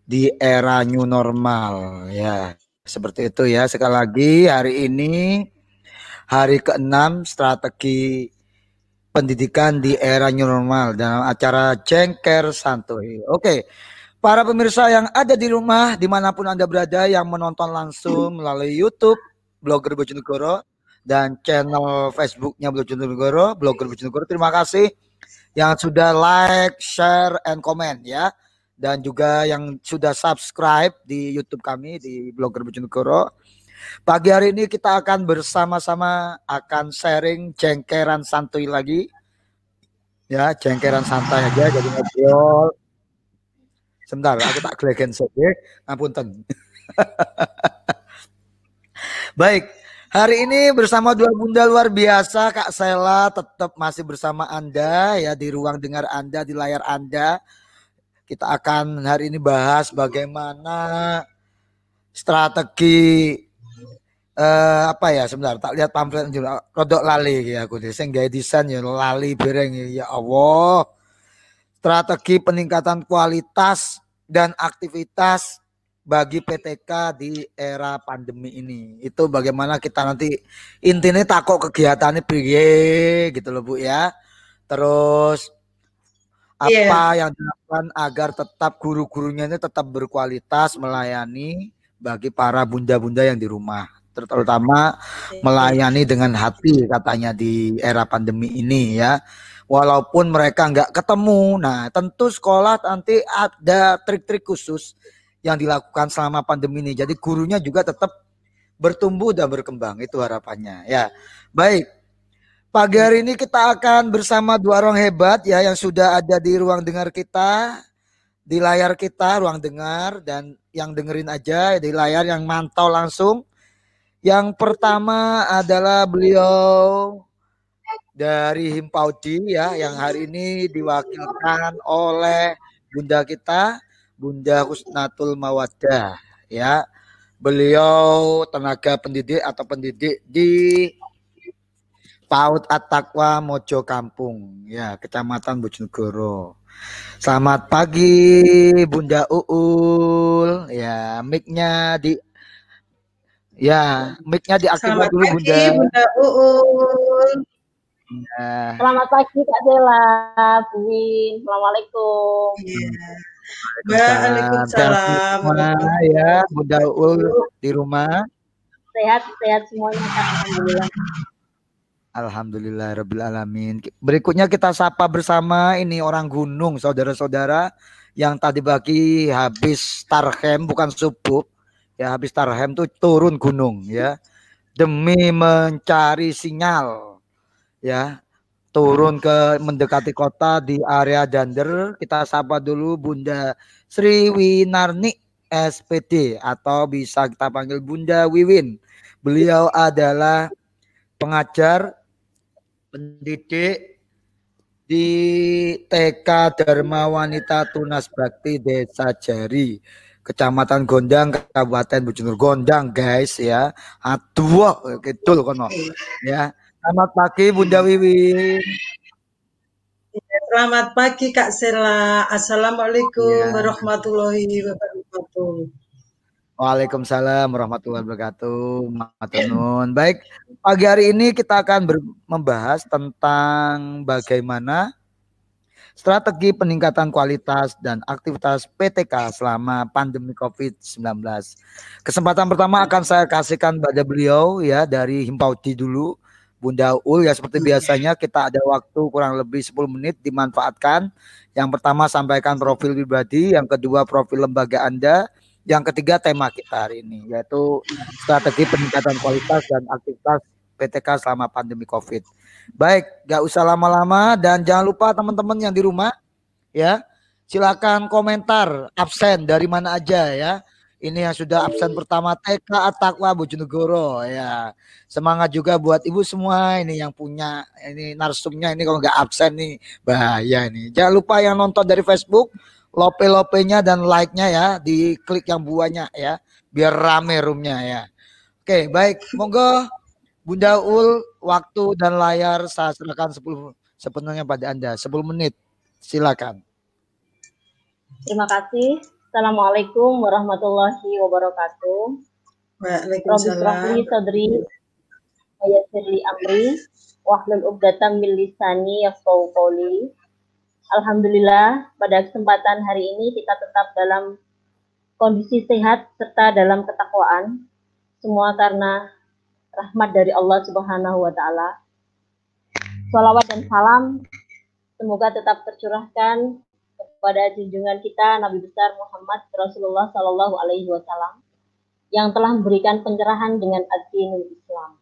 di era new normal ya. Seperti itu ya. Sekali lagi hari ini hari ke-6 strategi pendidikan di era new normal dalam acara Jengker Santuy. Oke, para pemirsa yang ada di rumah dimanapun Anda berada yang menonton langsung melalui YouTube Blogger Bojonegoro dan channel Facebooknya Blogger Bojonegoro, terima kasih yang sudah like, share, and comment ya. Dan juga yang sudah subscribe di YouTube kami di Blogger Bojonegoro. Pagi hari ini kita akan bersama-sama akan sharing jengkeran santuy lagi. Ya, jengkeran santai aja jadi ngobrol. Sebentar, aku tak gelegen saja. Ngapunten. Baik, hari ini bersama dua bunda luar biasa, Kak Sela tetap masih bersama Anda ya di ruang dengar Anda, di layar Anda. Kita akan hari ini bahas bagaimana strategi apa ya, sebentar tak lihat pamflet juga rodok lali ya aku sing gawe desain ya lali bereng ya Allah. Strategi peningkatan kualitas dan aktivitas bagi PTK di era pandemi ini. Itu bagaimana kita nanti intinya takut kegiatannya piye gitu loh Bu ya. Terus apa yang dilakukan agar tetap guru-gurunya ini tetap berkualitas melayani bagi para bunda-bunda yang di rumah, terutama melayani dengan hati katanya di era pandemi ini ya. Walaupun mereka nggak ketemu, nah tentu sekolah nanti ada trik-trik khusus yang dilakukan selama pandemi ini. Jadi gurunya juga tetap bertumbuh dan berkembang, itu harapannya ya. Baik, pagi hari ini kita akan bersama dua orang hebat ya yang sudah ada di ruang dengar kita, di layar kita, ruang dengar, dan yang dengerin aja di layar yang mantau langsung. Yang pertama adalah beliau dari Himpaudi ya yang hari ini diwakilkan oleh bunda kita, Bunda Husnatul Mawaddah ya. Beliau tenaga pendidik atau pendidik di PAUD At-Taqwa Mojo Kampung ya, Kecamatan Bojonegoro. Selamat pagi Bunda Uul ya, mic-nya diaktifkan dulu Bunda. Selamat pagi Bunda Uul. Ya. Selamat pagi Kak Dela, Bu Win. Assalamualaikum. Waalaikumsalam. Ya, Bunda Uul di rumah. Sehat semuanya Kak, alhamdulillah. Alhamdulillah alamin. Berikutnya kita sapa bersama ini orang gunung, saudara-saudara yang tadi pagi habis tarhem, bukan subuh ya, habis tarhem tuh turun gunung ya demi mencari sinyal ya, turun ke mendekati kota di area Dander. Kita sapa dulu Bunda Sri Winarni SPD atau bisa kita panggil Bunda Wiwin. Beliau adalah pengajar pendidik di TK Dharma Wanita Tunas Bakti Desa Jari, Kecamatan Gondang, Kabupaten Bojonegoro. Gondang guys ya. Aduh, gitu loh kono. Ya. Selamat pagi Bunda Wiwin. Selamat pagi Kak Sela. Assalamualaikum warahmatullahi wabarakatuh. Waalaikumsalam warahmatullahi wabarakatuh. Maturnuun. Baik, pagi hari ini kita akan membahas tentang bagaimana strategi peningkatan kualitas dan aktivitas PTK selama pandemi COVID-19. Kesempatan pertama akan saya kasihkan pada beliau ya dari Himpaudi dulu, Bunda Ul ya, seperti biasanya kita ada waktu kurang lebih 10 menit dimanfaatkan. Yang pertama sampaikan profil pribadi, yang kedua profil lembaga Anda, yang ketiga tema kita hari ini yaitu strategi peningkatan kualitas dan aktivitas PTK selama pandemi COVID. Baik, gak usah lama-lama dan jangan lupa teman-teman yang di rumah ya, silakan komentar absen dari mana aja ya. Ini yang sudah absen pertama TK At-Taqwa Bojonegoro ya. Semangat juga buat ibu semua ini yang punya ini narsumnya ini, kalau nggak absen nih bahaya ini. Jangan lupa yang nonton dari Facebook, lope-lopenya dan like-nya ya, diklik yang buahnya ya, biar rame roomnya ya. Oke, baik, monggo Bunda Ul, waktu dan layar saya serahkan sepenuhnya pada Anda. 10 menit, silakan. Terima kasih Assalamualaikum warahmatullahi wabarakatuh. Rabbi Waalaikumsalam. shrahli sadri wa yassir li amri wahlul 'uqdatam min lisani yafqahu qawli. Alhamdulillah, pada kesempatan hari ini kita tetap dalam kondisi sehat serta dalam ketakwaan. Semua karena rahmat dari Allah Subhanahu wa taala. Shalawat dan salam semoga tetap tercurahkan kepada junjungan kita Nabi besar Muhammad Rasulullah Shallallahu alaihi wasallam yang telah memberikan pencerahan dengan ad-dinul Islam.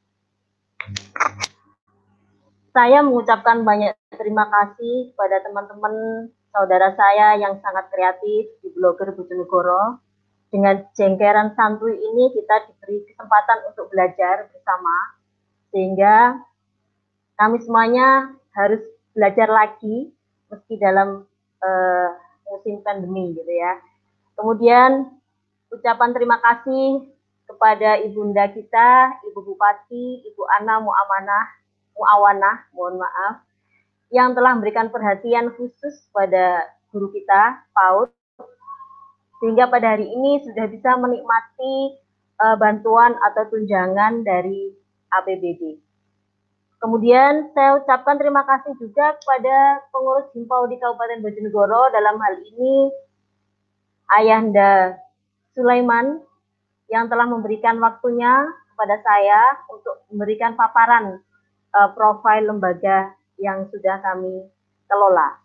Saya mengucapkan banyak terima kasih kepada teman-teman saudara saya yang sangat kreatif di Blogger Bojonegoro. Dengan jengkeran santuy ini kita diberi kesempatan untuk belajar bersama, sehingga kami semuanya harus belajar lagi meski dalam musim pandemi gitu ya. Kemudian ucapan terima kasih kepada ibunda kita, Ibu Bupati, Ibu Ana Muawanah, mohon maaf, yang telah memberikan perhatian khusus pada guru kita, PAUD, sehingga pada hari ini sudah bisa menikmati bantuan atau tunjangan dari APBD. Kemudian saya ucapkan terima kasih juga kepada pengurus Himpau di Kabupaten Bojonegoro, dalam hal ini Ayahanda Sulaiman, yang telah memberikan waktunya kepada saya untuk memberikan paparan profil lembaga yang sudah kami kelola.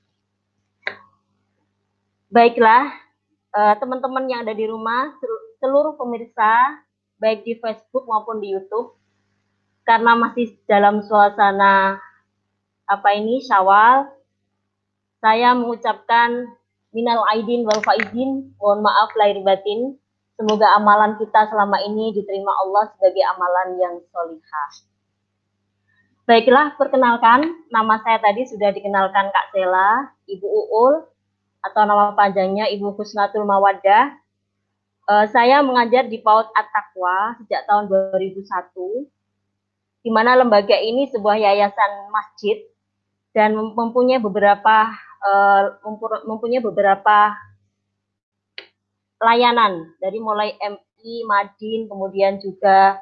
Baiklah, teman-teman yang ada di rumah, seluruh pemirsa, baik di Facebook maupun di YouTube, karena masih dalam suasana Syawal, saya mengucapkan minal aidin wal faizin, mohon maaf lahir batin. Semoga amalan kita selama ini diterima Allah sebagai amalan yang sholihah. Baiklah, perkenalkan, nama saya tadi sudah dikenalkan Kak Sela, Ibu Uul, atau nama panjangnya Ibu Husnatul Mawaddah. Saya mengajar di PAUD At-Taqwa sejak tahun 2001, di mana lembaga ini sebuah yayasan masjid dan mempunyai beberapa layanan, dari mulai MI, Madin, kemudian juga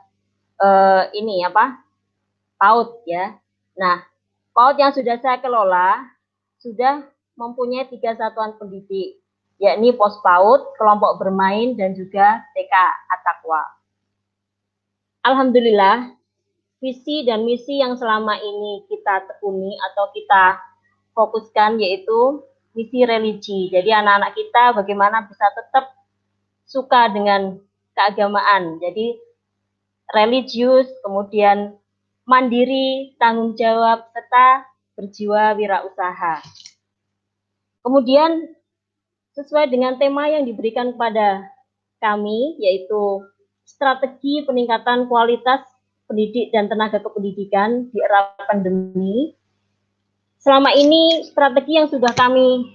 PAUD ya. Nah, PAUD yang sudah saya kelola sudah mempunyai 3 satuan pendidik, yakni pos PAUD, kelompok bermain, dan juga TK At-Taqwa. Alhamdulillah, visi dan misi yang selama ini kita tekuni atau kita fokuskan yaitu misi religi. Jadi anak-anak kita bagaimana bisa tetap suka dengan keagamaan. Jadi religius, kemudian mandiri, tanggung jawab, serta berjiwa wirausaha. Kemudian sesuai dengan tema yang diberikan kepada kami, yaitu strategi peningkatan kualitas pendidik dan tenaga kependidikan di era pandemi. Selama ini strategi yang sudah kami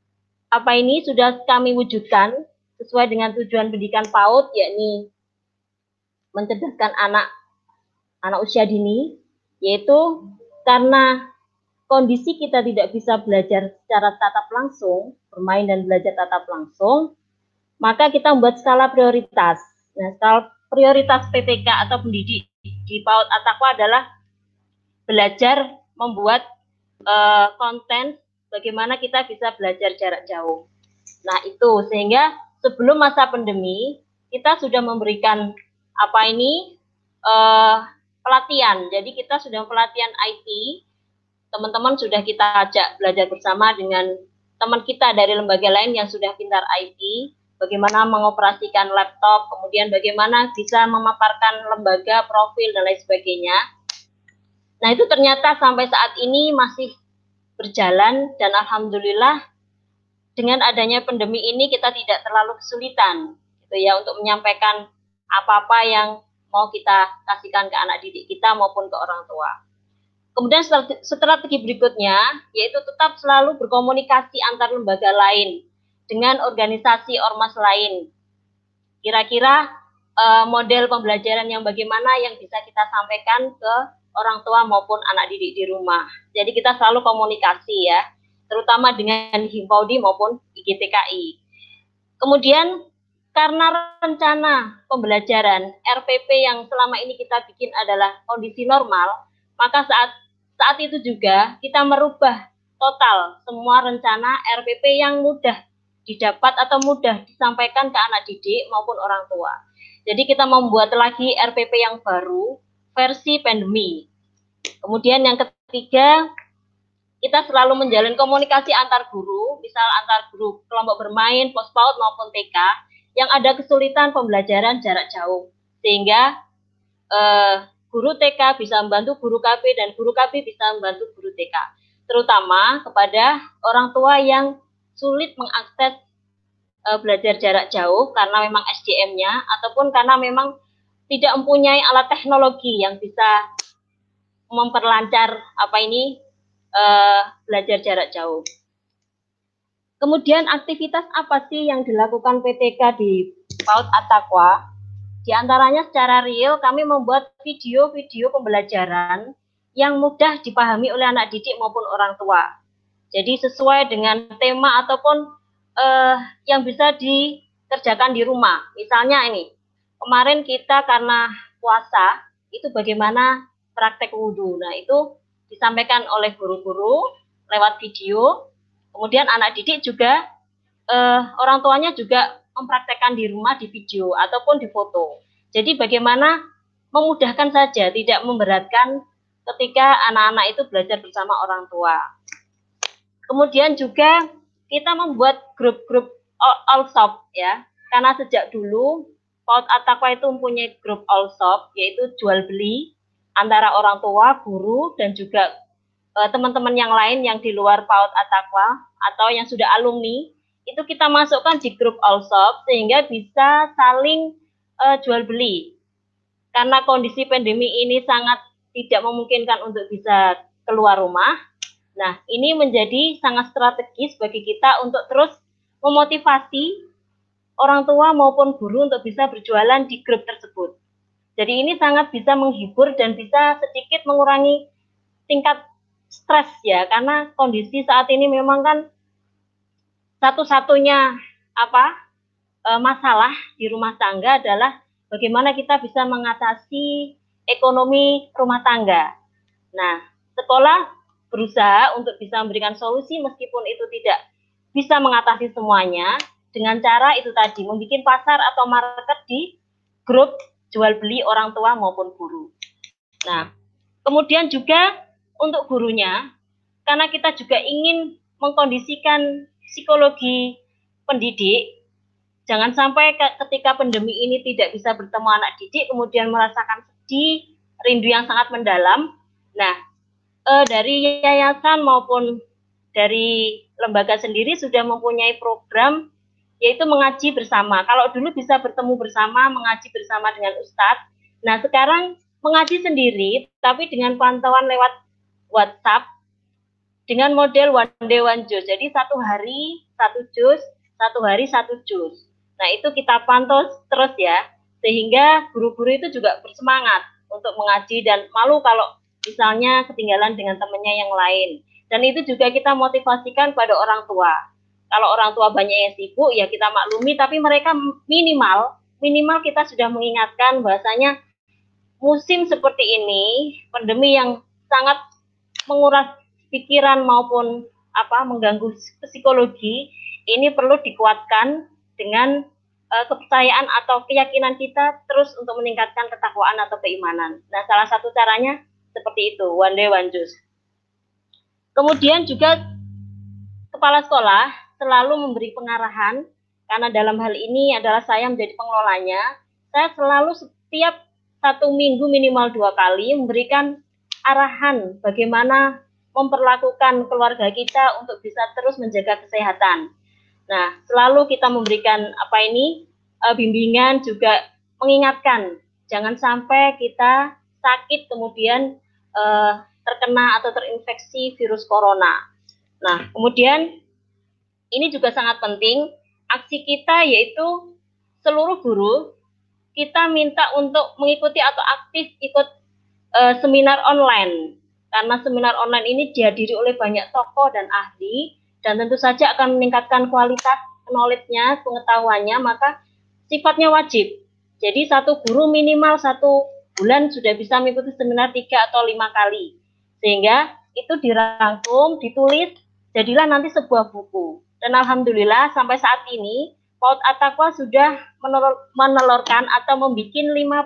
wujudkan sesuai dengan tujuan pendidikan PAUD, yakni mencerdaskan anak usia dini, yaitu karena kondisi kita tidak bisa belajar secara tatap langsung, bermain dan belajar tatap langsung, maka kita membuat skala prioritas. Nah, skala prioritas PTK atau pendidik di PAUD At-Taqwa adalah belajar membuat konten bagaimana kita bisa belajar jarak jauh. Nah, itu sehingga sebelum masa pandemi kita sudah memberikan pelatihan. Jadi kita sudah pelatihan IT. Teman-teman sudah kita ajak belajar bersama dengan teman kita dari lembaga lain yang sudah pintar IT, bagaimana mengoperasikan laptop, kemudian bagaimana bisa memaparkan lembaga, profil, dan lain sebagainya. Nah, itu ternyata sampai saat ini masih berjalan, dan alhamdulillah dengan adanya pandemi ini kita tidak terlalu kesulitan gitu ya untuk menyampaikan apa-apa yang mau kita kasihkan ke anak didik kita maupun ke orang tua. Kemudian strategi berikutnya yaitu tetap selalu berkomunikasi antar lembaga lain dengan organisasi ormas lain. Kira-kira model pembelajaran yang bagaimana yang bisa kita sampaikan ke orang tua maupun anak didik di rumah. Jadi kita selalu komunikasi ya, terutama dengan Himpaudi maupun IGTKI. Kemudian karena rencana pembelajaran RPP yang selama ini kita bikin adalah kondisi normal, maka saat itu juga kita merubah total semua rencana RPP yang mudah didapat atau mudah disampaikan ke anak didik maupun orang tua. Jadi kita membuat lagi RPP yang baru versi pandemi. Kemudian yang ketiga, kita selalu menjalin komunikasi antar guru, misal antar guru kelompok bermain, pos PAUD maupun TK, yang ada kesulitan pembelajaran jarak jauh. Sehingga guru TK bisa membantu guru KB dan guru KB bisa membantu guru TK. Terutama kepada orang tua yang sulit mengakses belajar jarak jauh karena memang SDM-nya ataupun karena memang tidak mempunyai alat teknologi yang bisa memperlancar belajar jarak jauh. Kemudian aktivitas apa sih yang dilakukan PTK di PAUD At-Taqwa? Di antaranya secara real kami membuat video-video pembelajaran yang mudah dipahami oleh anak didik maupun orang tua. Jadi sesuai dengan tema ataupun yang bisa dikerjakan di rumah. Misalnya ini, kemarin kita karena puasa, itu bagaimana praktek wudhu. Nah itu disampaikan oleh guru-guru lewat video. Kemudian anak didik juga, orang tuanya juga mempraktekkan di rumah di video ataupun di foto. Jadi bagaimana memudahkan saja, tidak memberatkan ketika anak-anak itu belajar bersama orang tua. Kemudian juga kita membuat grup-grup all shop ya, karena sejak dulu PAUD At-Taqwa itu mempunyai grup all shop, yaitu jual beli antara orang tua, guru, dan juga teman-teman yang lain yang di luar PAUD At-Taqwa atau yang sudah alumni, itu kita masukkan di grup all shop sehingga bisa saling jual beli. Karena kondisi pandemi ini sangat tidak memungkinkan untuk bisa keluar rumah. Nah, ini menjadi sangat strategis bagi kita untuk terus memotivasi orang tua maupun guru untuk bisa berjualan di grup tersebut. Jadi ini sangat bisa menghibur dan bisa sedikit mengurangi tingkat stres ya, karena kondisi saat ini memang kan satu-satunya masalah di rumah tangga adalah bagaimana kita bisa mengatasi ekonomi rumah tangga. Nah, sekolah berusaha untuk bisa memberikan solusi meskipun itu tidak bisa mengatasi semuanya dengan cara itu tadi, membuat pasar atau market di grup jual beli orang tua maupun guru. Nah, kemudian juga untuk gurunya, karena kita juga ingin mengkondisikan psikologi pendidik, jangan sampai ketika pandemi ini tidak bisa bertemu anak didik, kemudian merasakan sedih, rindu yang sangat mendalam. Nah, dari yayasan maupun dari lembaga sendiri sudah mempunyai program yaitu mengaji bersama. Kalau dulu bisa bertemu bersama, mengaji bersama dengan ustadz. Nah, sekarang mengaji sendiri, tapi dengan pantauan lewat WhatsApp, dengan model one day one juz. Jadi satu hari satu juz, satu hari satu juz. Nah, itu kita pantau terus ya, sehingga guru-guru itu juga bersemangat untuk mengaji dan malu kalau misalnya ketinggalan dengan temannya yang lain. Dan itu juga kita motivasikan pada orang tua. Kalau orang tua banyak yang sibuk, ya kita maklumi, tapi mereka minimal kita sudah mengingatkan bahwasanya musim seperti ini, pandemi yang sangat menguras pikiran maupun mengganggu psikologi, ini perlu dikuatkan dengan kepercayaan atau keyakinan kita terus untuk meningkatkan ketakwaan atau keimanan. Nah, salah satu caranya seperti itu, one day one juz. Kemudian juga kepala sekolah selalu memberi pengarahan, karena dalam hal ini adalah saya menjadi pengelolanya. Saya selalu setiap 1 minggu minimal 2 kali memberikan arahan bagaimana memperlakukan keluarga kita untuk bisa terus menjaga kesehatan. Nah, selalu kita memberikan bimbingan, juga mengingatkan jangan sampai kita sakit kemudian terkena atau terinfeksi virus corona. Nah, kemudian ini juga sangat penting, aksi kita yaitu seluruh guru kita minta untuk mengikuti atau aktif ikut seminar online. Karena seminar online ini dihadiri oleh banyak tokoh dan ahli, dan tentu saja akan meningkatkan kualitas knowledge-nya, pengetahuannya, maka sifatnya wajib. Jadi satu guru minimal 1 bulan sudah bisa mengikuti seminar 3 atau 5 kali. Sehingga itu dirangkum, ditulis, jadilah nanti sebuah buku. Dan alhamdulillah sampai saat ini PAUD At-Taqwa sudah menelurkan atau membuat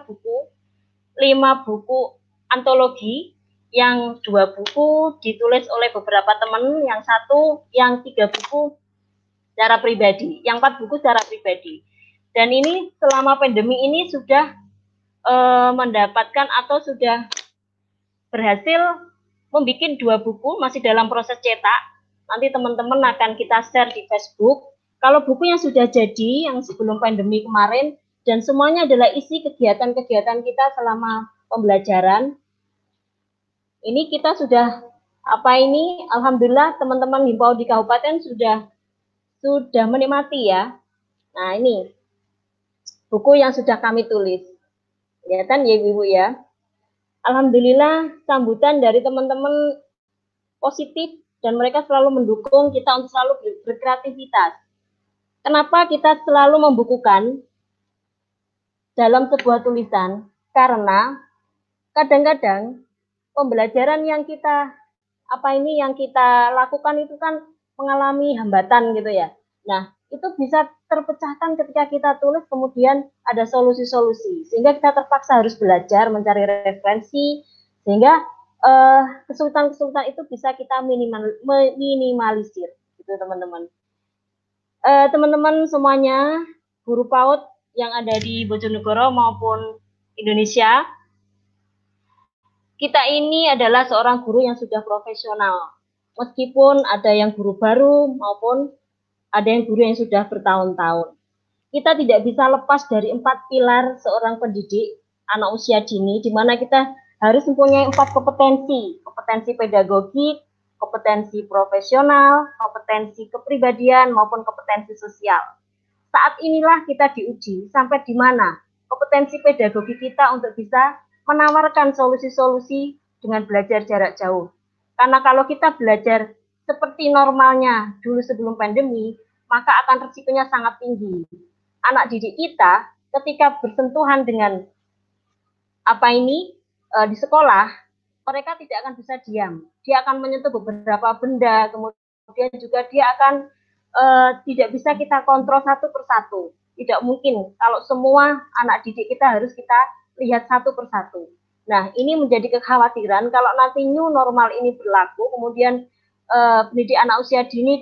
5 buku antologi, yang 2 buku ditulis oleh beberapa teman, yang 3 buku secara pribadi, yang 4 buku secara pribadi. Dan ini selama pandemi ini sudah mendapatkan atau sudah berhasil membuat 2 buku, masih dalam proses cetak. Nanti teman-teman akan kita share di Facebook. Kalau bukunya sudah jadi yang sebelum pandemi kemarin, dan semuanya adalah isi kegiatan-kegiatan kita selama pembelajaran. Ini kita sudah alhamdulillah teman-teman himbau di kabupaten sudah menikmati ya. Nah, ini buku yang sudah kami tulis. Kelihatan ya Ibu ya. Alhamdulillah sambutan dari teman-teman positif dan mereka selalu mendukung kita untuk selalu berkreativitas. Kenapa kita selalu membukukan dalam sebuah tulisan? Karena kadang-kadang pembelajaran yang kita lakukan itu kan mengalami hambatan gitu ya. Nah, itu bisa terpecahkan ketika kita tulis, kemudian ada solusi-solusi, sehingga kita terpaksa harus belajar mencari referensi, sehingga kesulitan-kesulitan itu bisa kita minimalisir gitu teman-teman. Teman-teman semuanya, guru PAUD yang ada di Bojonegoro maupun Indonesia, kita ini adalah seorang guru yang sudah profesional. Meskipun ada yang guru baru maupun ada yang guru yang sudah bertahun-tahun. Kita tidak bisa lepas dari 4 pilar seorang pendidik anak usia dini, di mana kita harus mempunyai 4 kompetensi. Kompetensi pedagogik, kompetensi profesional, kompetensi kepribadian, maupun kompetensi sosial. Saat inilah kita diuji sampai di mana kompetensi pedagogi kita untuk bisa menawarkan solusi-solusi dengan belajar jarak jauh. Karena kalau kita belajar seperti normalnya dulu sebelum pandemi, maka akan risikonya sangat tinggi. Anak didik kita ketika bersentuhan dengan di sekolah, mereka tidak akan bisa diam. Dia akan menyentuh beberapa benda, kemudian juga dia akan tidak bisa kita kontrol satu persatu. Tidak mungkin kalau semua anak didik kita harus kita lihat satu persatu. Nah, ini menjadi kekhawatiran kalau nanti new normal ini berlaku, kemudian pendidik anak usia dini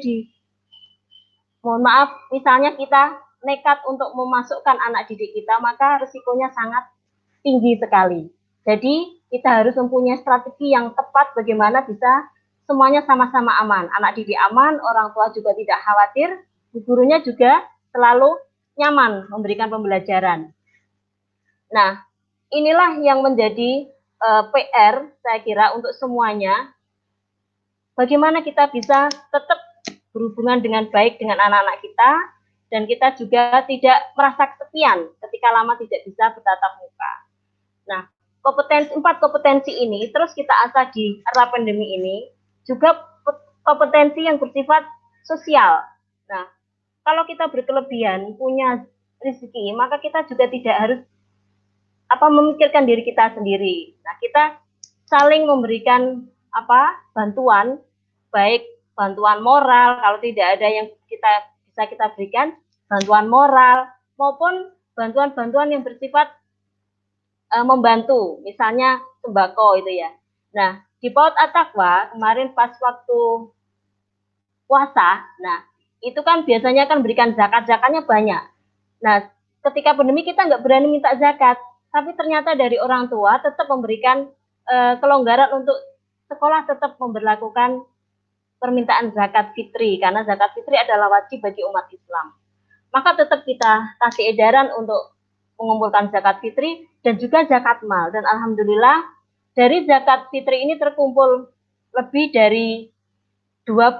misalnya kita nekat untuk memasukkan anak didik kita, maka risikonya sangat tinggi sekali. Jadi kita harus mempunyai strategi yang tepat bagaimana bisa semuanya sama-sama aman. Anak didik aman, orang tua juga tidak khawatir, gurunya juga selalu nyaman memberikan pembelajaran. Nah, inilah yang menjadi PR saya kira untuk semuanya. Bagaimana kita bisa tetap berhubungan dengan baik dengan anak-anak kita, dan kita juga tidak merasa kesepian ketika lama tidak bisa bertatap muka. Nah, 4 kompetensi ini terus kita asah di era pandemi ini, juga kompetensi yang bersifat sosial. Nah, kalau kita berkelebihan punya rezeki, maka kita juga tidak harus memikirkan diri kita sendiri. Nah, kita saling memberikan bantuan, baik bantuan moral, kalau tidak ada yang bisa kita berikan, bantuan moral, maupun bantuan-bantuan yang bersifat membantu, misalnya sembako itu ya. Nah, di PAUD At-Taqwa kemarin pas waktu puasa, nah itu kan biasanya kan berikan zakatnya banyak. Nah, ketika pandemi kita nggak berani minta zakat, tapi ternyata dari orang tua tetap memberikan kelonggaran untuk sekolah tetap memberlakukan permintaan zakat fitri, karena zakat fitri adalah wajib bagi umat Islam. Maka tetap kita kasih edaran untuk mengumpulkan zakat fitri dan juga zakat mal. Dan alhamdulillah dari zakat fitri ini terkumpul lebih dari 20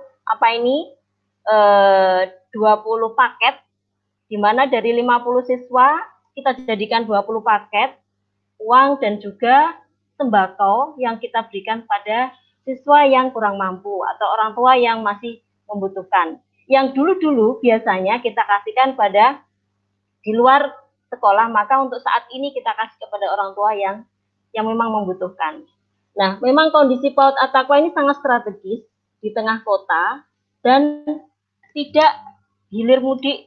paket, di mana dari 50 siswa kita jadikan 20 paket uang dan juga sembako yang kita berikan pada siswa yang kurang mampu atau orang tua yang masih membutuhkan. yang dulu-dulu biasanya kita kasihkan pada di luar sekolah, maka untuk saat ini kita kasih kepada orang tua yang memang membutuhkan. Nah, memang kondisi PAUD At-Taqwa ini sangat strategis di tengah kota dan tidak hilir mudik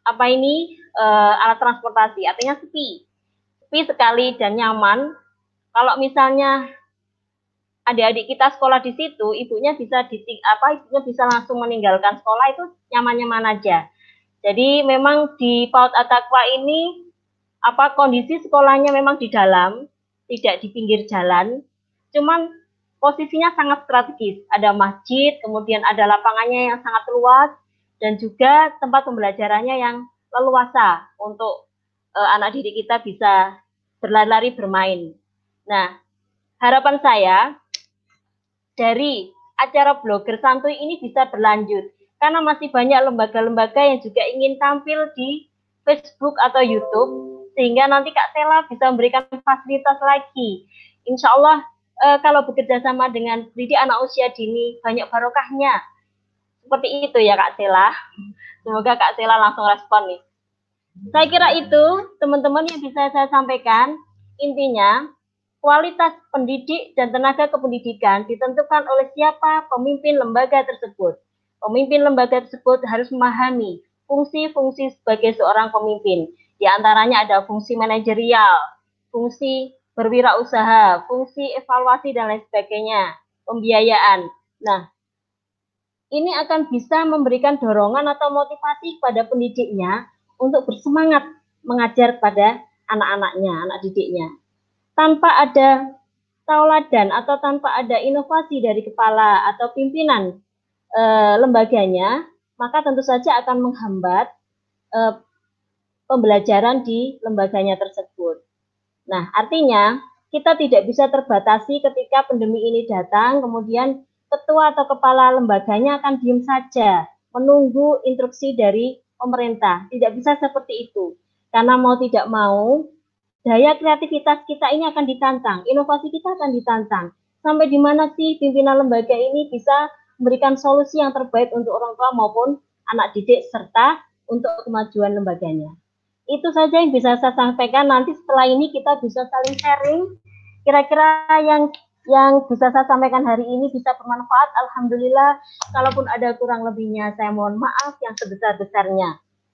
alat transportasi, artinya sepi sekali dan nyaman. Kalau misalnya adik-adik kita sekolah di situ, ibunya bisa langsung meninggalkan sekolah, itu nyaman-nyaman aja. Jadi memang di PAUD At-Taqwa ini kondisi sekolahnya memang di dalam, tidak di pinggir jalan, cuman posisinya sangat strategis. Ada masjid, kemudian ada lapangannya yang sangat luas, dan juga tempat pembelajarannya yang leluasa untuk anak didik kita bisa berlari-lari bermain. Nah, harapan saya dari acara blogger santuy ini bisa berlanjut, karena masih banyak lembaga-lembaga yang juga ingin tampil di Facebook atau YouTube, sehingga nanti Kak Sela bisa memberikan fasilitas lagi. Insya Allah kalau bekerja sama dengan didik anak usia dini, banyak barokahnya. Seperti itu ya Kak Sela. Semoga Kak Sela langsung respon nih. Saya kira itu teman-teman yang bisa saya sampaikan. Intinya, kualitas pendidik dan tenaga kependidikan ditentukan oleh siapa pemimpin lembaga tersebut. Pemimpin lembaga tersebut harus memahami fungsi-fungsi sebagai seorang pemimpin. Di antaranya ada fungsi manajerial, fungsi berwirausaha, fungsi evaluasi dan lain sebagainya, pembiayaan. Nah, ini akan bisa memberikan dorongan atau motivasi kepada pendidiknya untuk bersemangat mengajar pada anak-anaknya, anak didiknya. Tanpa ada tauladan atau tanpa ada inovasi dari kepala atau pimpinan lembaganya, maka tentu saja akan menghambat pembelajaran di lembaganya tersebut. Nah, artinya kita tidak bisa terbatasi ketika pandemi ini datang, kemudian ketua atau kepala lembaganya akan diam saja, menunggu instruksi dari pemerintah. Tidak bisa seperti itu. Karena mau tidak mau, daya kreativitas kita ini akan ditantang, inovasi kita akan ditantang. Sampai di mana sih pimpinan lembaga ini bisa memberikan solusi yang terbaik untuk orang tua maupun anak didik serta untuk kemajuan lembaganya. Itu saja yang bisa saya sampaikan. Nanti setelah ini kita bisa saling sharing. Kira-kira yang bisa saya sampaikan hari ini bisa bermanfaat. Alhamdulillah. Kalaupun ada kurang lebihnya, saya mohon maaf yang sebesar-besarnya.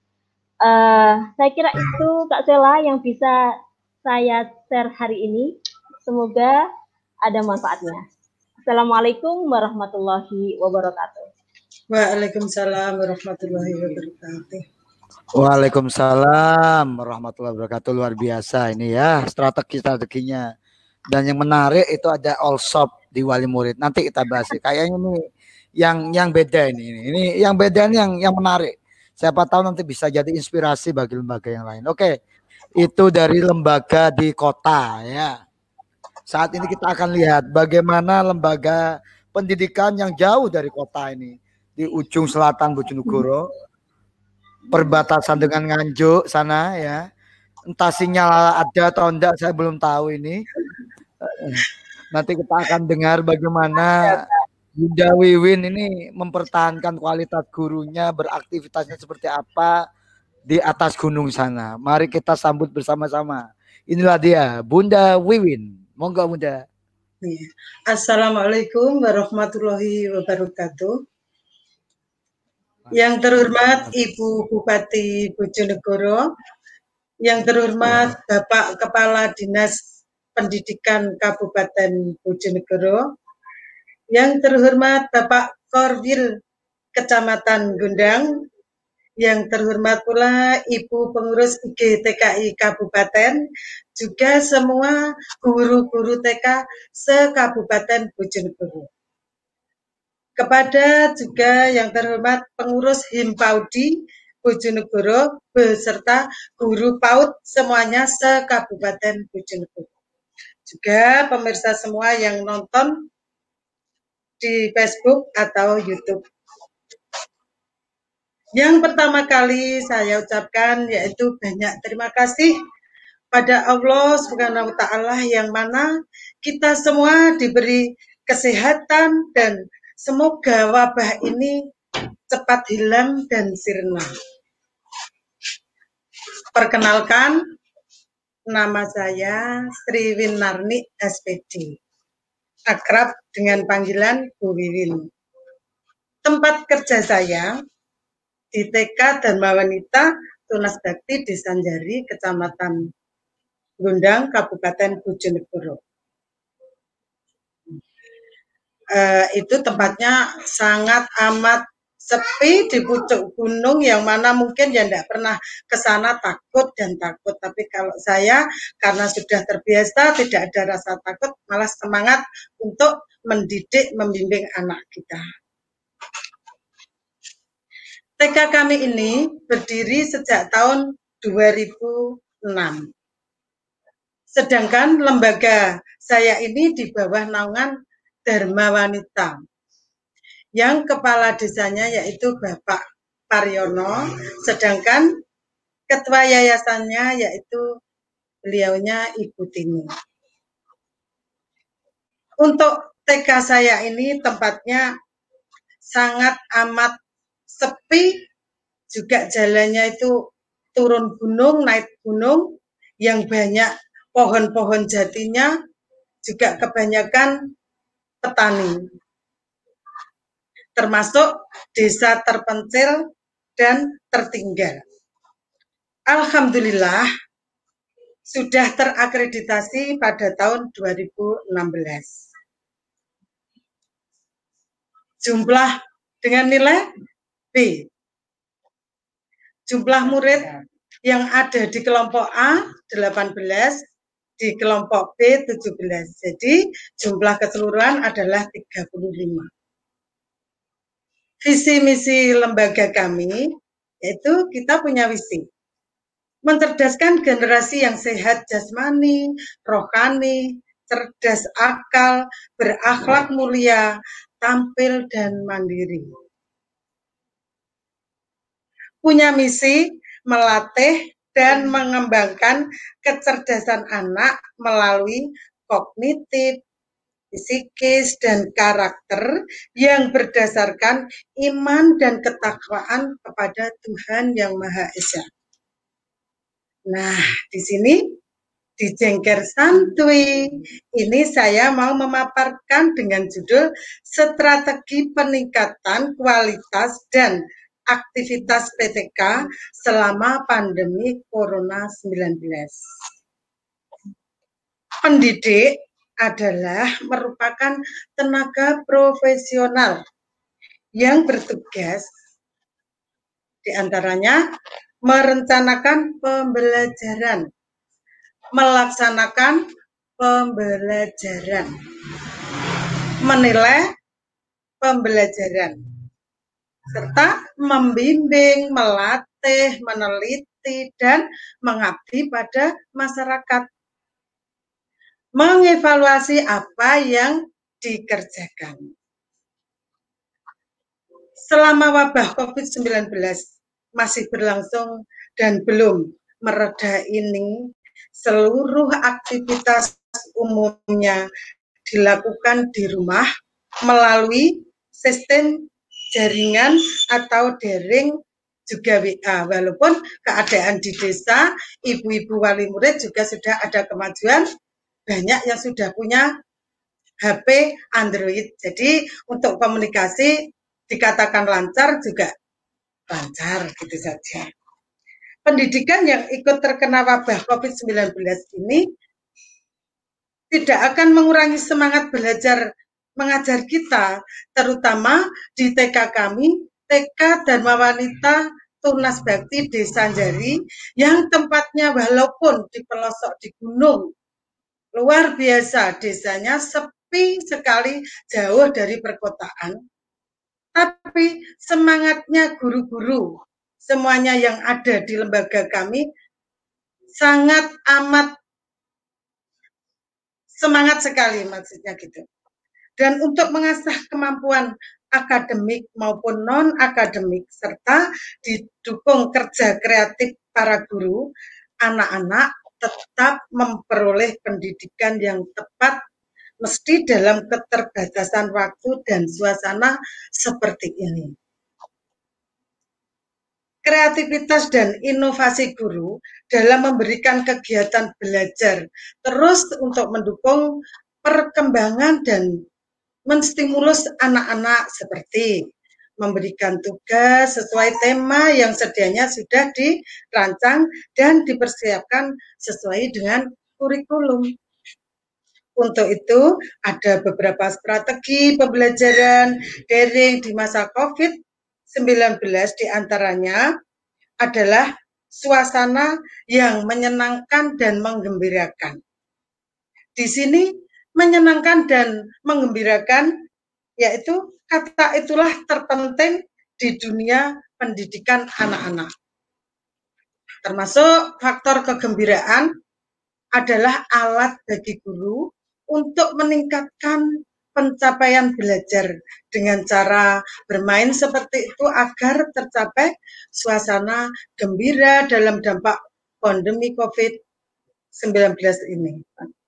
Saya kira itu Kak Sela yang bisa saya share hari ini. Semoga ada manfaatnya. Assalamualaikum warahmatullahi wabarakatuh. Waalaikumsalam warahmatullahi wabarakatuh. Waalaikumsalam warahmatullahi wabarakatuh. Luar biasa ini ya strateginya. Dan yang menarik itu ada all shop di wali murid. Nanti kita bahas. Kayaknya ini yang beda ini. Ini yang beda yang menarik. Siapa tahu nanti bisa jadi inspirasi bagi lembaga yang lain. Oke. Itu dari lembaga di kota ya. Saat ini kita akan lihat bagaimana lembaga pendidikan yang jauh dari kota ini. Di ujung selatan Bojonegoro. Perbatasan dengan Nganjuk sana ya. Entah sinyal ada atau enggak saya belum tahu ini. Nanti kita akan dengar bagaimana Bunda Wiwin ini mempertahankan kualitas gurunya, beraktivitasnya seperti apa di atas gunung sana. Mari kita sambut bersama-sama. Inilah dia Bunda Wiwin. Monggo Bunda. Assalamualaikum warahmatullahi wabarakatuh. Yang terhormat Ibu Bupati Bojonegoro, yang terhormat Bapak Kepala Dinas Pendidikan Kabupaten Bojonegoro, yang terhormat Bapak Korwil Kecamatan Gondang, yang terhormat pula Ibu Pengurus IGTKI Kabupaten, juga semua guru-guru TK se-Kabupaten Bojonegoro. Kepada juga yang terhormat pengurus Himpaudi Bojonegoro beserta guru PAUD semuanya se-Kabupaten Bojonegoro. Juga pemirsa semua yang nonton di Facebook atau YouTube. Yang pertama kali saya ucapkan yaitu banyak terima kasih pada Allah Subhanahu wa Ta'ala yang mana kita semua diberi kesehatan dan semoga wabah ini cepat hilang dan sirna. Perkenalkan, nama saya Sri Winarni SPD, akrab dengan panggilan Bu Wiwin. Tempat kerja saya di TK Dharma Wanita Tunas Bakti Desa Njari, Kecamatan Gondang, Kabupaten Bojonegoro. Itu tempatnya sangat amat sepi di pucuk gunung, yang mana mungkin ya tidak pernah ke sana takut. Tapi kalau saya karena sudah terbiasa, tidak ada rasa takut, malah semangat untuk mendidik, membimbing anak kita. TK kami ini berdiri sejak tahun 2006. Sedangkan lembaga saya ini di bawah naungan Dharma Wanita, yang kepala desanya yaitu Bapak Paryono, sedangkan ketua yayasannya yaitu beliaunya Ibu Tini. Untuk TK saya ini tempatnya sangat amat sepi, juga jalannya itu turun gunung, naik gunung, yang banyak pohon-pohon jatinya, juga kebanyakan petani, termasuk desa terpencil dan tertinggal. Alhamdulillah sudah terakreditasi pada tahun 2016. Jumlah dengan nilai B. Jumlah murid yang ada di kelompok A 18, di kelompok B 17. Jadi jumlah keseluruhan adalah 35. Visi misi lembaga kami yaitu kita punya visi mencerdaskan generasi yang sehat jasmani, rohani, cerdas akal, berakhlak mulia, tampil dan mandiri. Punya misi melatih dan mengembangkan kecerdasan anak melalui kognitif, psikis, dan karakter yang berdasarkan iman dan ketakwaan kepada Tuhan Yang Maha Esa. Nah, di sini di Jengker Santuy ini saya mau memaparkan dengan judul Strategi Peningkatan Kualitas dan Aktivitas PTK selama pandemi Corona-19. Pendidik adalah merupakan tenaga profesional yang bertugas diantaranya merencanakan pembelajaran, melaksanakan pembelajaran, menilai pembelajaran, serta membimbing, melatih, meneliti, dan mengabdi pada masyarakat. Mengevaluasi apa yang dikerjakan. Selama wabah COVID-19 masih berlangsung dan belum mereda ini, seluruh aktivitas umumnya dilakukan di rumah melalui sistem jaringan atau daring, juga WA. Walaupun keadaan di desa, ibu-ibu wali murid juga sudah ada kemajuan, banyak yang sudah punya HP Android. Jadi untuk komunikasi dikatakan lancar, juga lancar gitu saja. Pendidikan yang ikut terkena wabah COVID-19 ini tidak akan mengurangi semangat belajar mengajar kita, terutama di TK kami, TK Dharma Wanita Tunas Bakti Desa Njari, yang tempatnya walaupun di pelosok di gunung, luar biasa desanya, sepi sekali, jauh dari perkotaan. Tapi semangatnya guru-guru, semuanya yang ada di lembaga kami, sangat amat semangat sekali, maksudnya gitu. Dan untuk mengasah kemampuan akademik maupun non-akademik, serta didukung kerja kreatif para guru, anak-anak tetap memperoleh pendidikan yang tepat, mesti dalam keterbatasan waktu dan suasana seperti ini. kreativitas dan inovasi guru dalam memberikan kegiatan belajar, terus untuk mendukung perkembangan dan menstimulus anak-anak seperti memberikan tugas sesuai tema yang sedianya sudah dirancang dan dipersiapkan sesuai dengan kurikulum. Untuk itu, ada beberapa strategi pembelajaran daring di masa COVID-19, diantaranya adalah suasana yang menyenangkan dan menggembirakan. Di sini, menyenangkan dan menggembirakan, yaitu kata itulah terpenting di dunia pendidikan anak-anak. Termasuk faktor kegembiraan adalah alat bagi guru untuk meningkatkan pencapaian belajar dengan cara bermain seperti itu agar tercapai suasana gembira dalam dampak pandemi COVID-19 ini.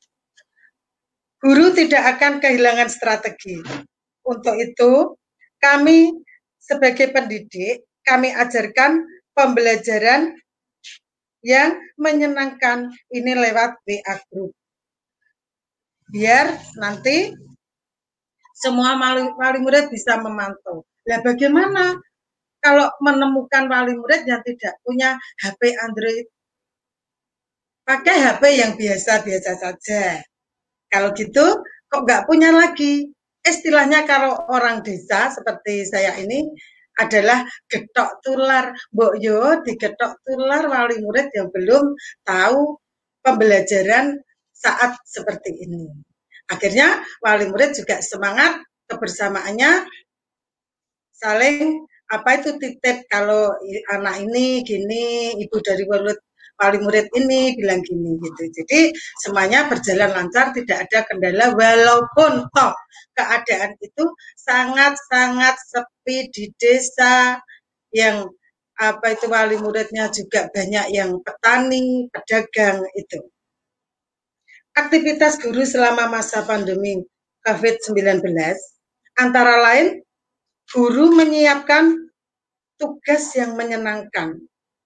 Guru tidak akan kehilangan strategi. Untuk itu, kami sebagai pendidik, kami ajarkan pembelajaran yang menyenangkan ini lewat WA Group. Biar nanti semua wali murid bisa memantau. Nah, bagaimana kalau menemukan wali murid yang tidak punya HP Android? Pakai HP yang biasa-biasa saja. Kalau gitu, kok nggak punya lagi? Istilahnya kalau orang desa seperti saya ini adalah getok tular. Mbok yo digetok tular wali murid yang belum tahu pembelajaran saat seperti ini. Akhirnya wali murid juga semangat kebersamaannya, saling titip kalau anak ini gini, ibu dari wali murid ini bilang gini gitu. Jadi semuanya berjalan lancar, tidak ada kendala walaupun toh keadaan itu sangat-sangat sepi di desa yang wali muridnya juga banyak yang petani, pedagang itu. Aktivitas guru selama masa pandemi COVID-19 antara lain guru menyiapkan tugas yang menyenangkan.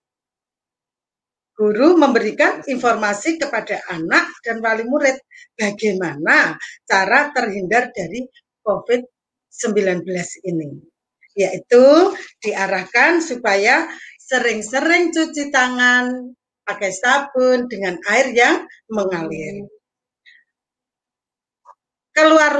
Guru memberikan informasi kepada anak dan wali murid bagaimana cara terhindar dari COVID-19 ini. Yaitu diarahkan supaya sering-sering cuci tangan pakai sabun dengan air yang mengalir. Keluar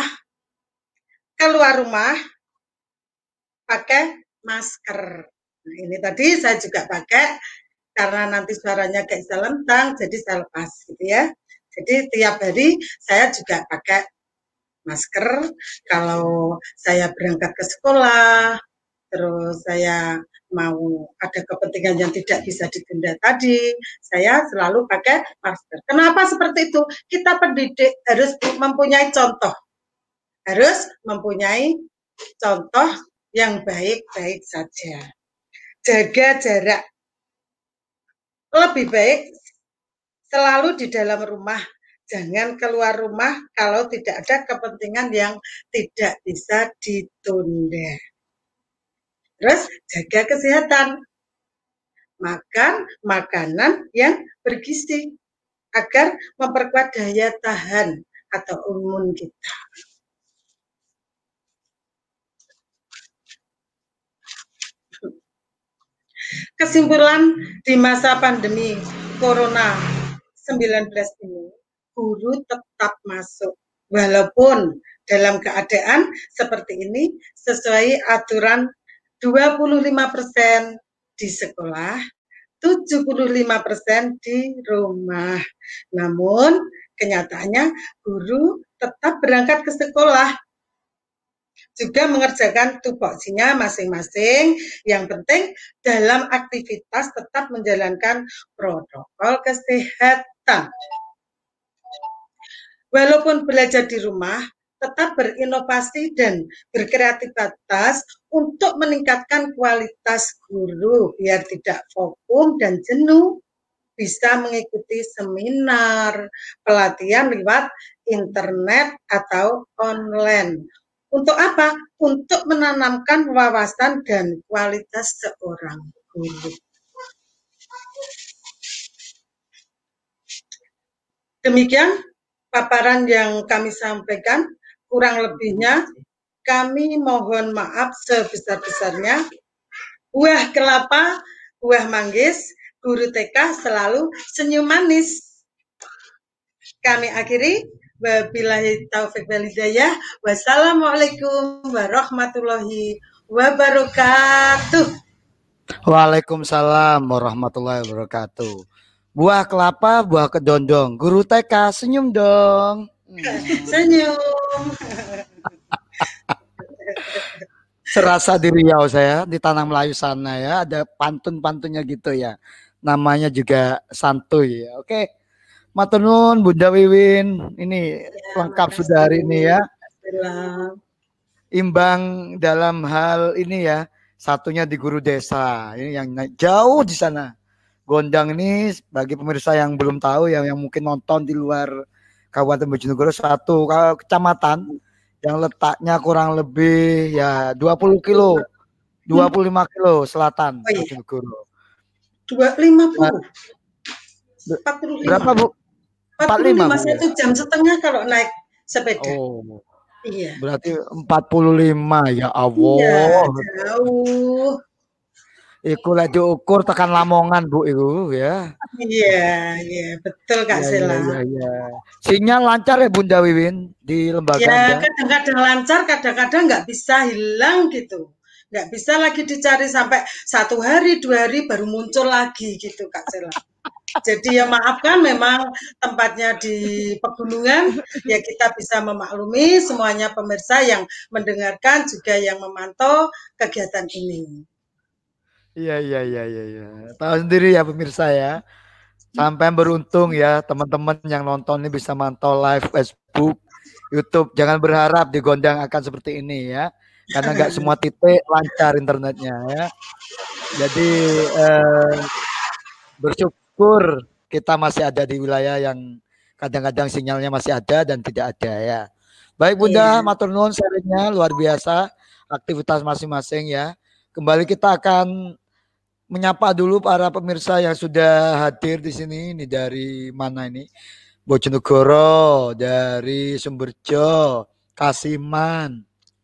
rumah pakai masker. Nah, ini tadi saya juga pakai karena nanti suaranya kayak selentang, jadi saya lepas gitu ya. Jadi tiap hari saya juga pakai masker kalau saya berangkat ke sekolah, terus saya mau ada kepentingan yang tidak bisa ditunda tadi, saya selalu pakai masker. Kenapa seperti itu? Kita pendidik harus mempunyai contoh. Harus mempunyai contoh yang baik-baik saja. Jaga jarak. Lebih baik selalu di dalam rumah. Jangan keluar rumah kalau tidak ada kepentingan yang tidak bisa ditunda. Terus jaga kesehatan. Makan makanan yang bergizi agar memperkuat daya tahan atau imun kita. Kesimpulan di masa pandemi Corona 19 ini, guru tetap masuk walaupun dalam keadaan seperti ini sesuai aturan 25% di sekolah, 75% di rumah. Namun kenyataannya guru tetap berangkat ke sekolah, juga mengerjakan tupoksinya masing-masing. Yang penting dalam aktivitas tetap menjalankan protokol kesehatan. Walaupun belajar di rumah, tetap berinovasi dan berkreativitas untuk meningkatkan kualitas guru biar tidak vakum dan jenuh. Bisa mengikuti seminar, pelatihan lewat internet atau online. Untuk apa? Untuk menanamkan wawasan dan kualitas seorang guru. Demikian paparan yang kami sampaikan, kurang lebihnya kami mohon maaf sebesar-besarnya. Buah kelapa, buah manggis, guru TK selalu senyum manis. Kami akhiri, wabillahi taufik wal hidayah. Wassalamualaikum warahmatullahi wabarakatuh. Waalaikumsalam warahmatullahi wabarakatuh. Buah kelapa, buah kedondong. Guru TK, senyum dong. Senyum. Serasa di Riau saya, di Tanah Melayu sana ya. Ada pantun-pantunnya gitu ya. Namanya juga santuy ya. Oke. Matur nuwun Bunda Wiwin. Ini lengkap sudah hari ini ya. Imbang dalam hal ini ya. Satunya di guru desa. Ini yang jauh di sana. Gondang ini bagi pemirsa yang belum tahu yang mungkin nonton di luar Kabupaten Bojonegoro, satu kecamatan yang letaknya kurang lebih ya 20 kilo, 25 kilo selatan Bojonegoro. 50. 45. Berapa Bu? 45, 1 jam setengah kalau naik sepeda. Oh. Iya. Berarti 45 ya Allah. Iya, jauh. Iku lah diukur tekan Lamongan Bu itu ya. Iya, betul Kak Sela. Iya. Sinyal lancar ya Bunda Wiwin di lembaga ya, kadang-kadang lancar, kadang-kadang nggak bisa, hilang gitu. Nggak bisa lagi dicari sampai 1 hari, 2 hari baru muncul lagi gitu Kak Sela. Jadi ya maafkan, memang tempatnya di pegunungan, ya kita bisa memaklumi semuanya pemirsa yang mendengarkan juga yang memantau kegiatan ini. Iya. Tahu sendiri ya pemirsa ya. Sampai beruntung ya teman-teman yang nonton ini bisa mantau live Facebook, YouTube. Jangan berharap di Gondang akan seperti ini ya. Karena nggak semua titik lancar internetnya ya. Jadi bersyukur kita masih ada di wilayah yang kadang-kadang sinyalnya masih ada dan tidak ada ya. Baik Bunda, matur nuwun sharingnya luar biasa, aktivitas masing-masing ya. Kembali kita akan menyapa dulu para pemirsa yang sudah hadir di sini. Ini dari mana ini? Bojonegoro, dari Sumberjo, Kasiman,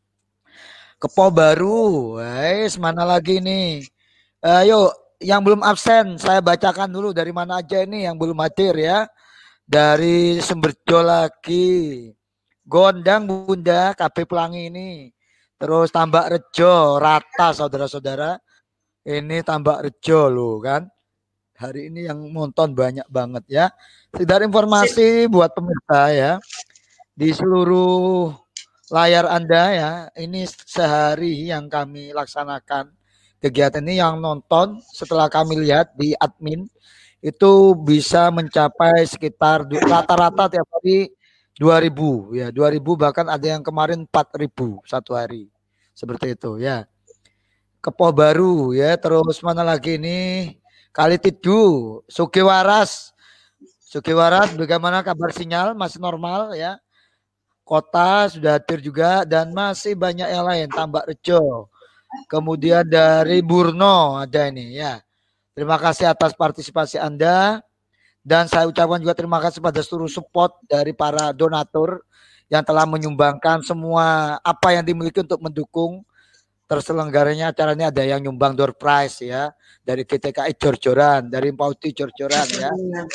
Kepo Baru. Guys, mana lagi nih? Ayo, yang belum absen saya bacakan dulu dari mana aja ini yang belum hadir ya. Dari Sumberjo lagi. Gondang Bunda, KB Pelangi ini. Terus Tambak Rejo, rata saudara-saudara. Ini Tambak Rejo loh kan. Hari ini yang nonton banyak banget ya. Sekedar informasi buat pemirsa ya. Di seluruh layar Anda ya. Ini sehari yang kami laksanakan. Kegiatan ini yang nonton setelah kami lihat di admin. Itu bisa mencapai sekitar rata-rata tiap hari 2.000 ya. 2.000 bahkan ada yang kemarin 4.000 satu hari. Seperti itu ya. Kepo Baru ya, terus mana lagi ini? Kalitiddu, Sugiwaras, bagaimana kabar sinyal? Masih normal ya? Kota sudah hadir juga dan masih banyak yang lain. Tambak Rejo, kemudian dari Burno ada ini ya. Terima kasih atas partisipasi Anda dan saya ucapkan juga terima kasih pada seluruh support dari para donatur yang telah menyumbangkan semua apa yang dimiliki untuk mendukung terselenggaranya acara ini. Ada yang nyumbang door prize ya dari GTKI Jor-Joran, dari Pauti Jor-Joran ya.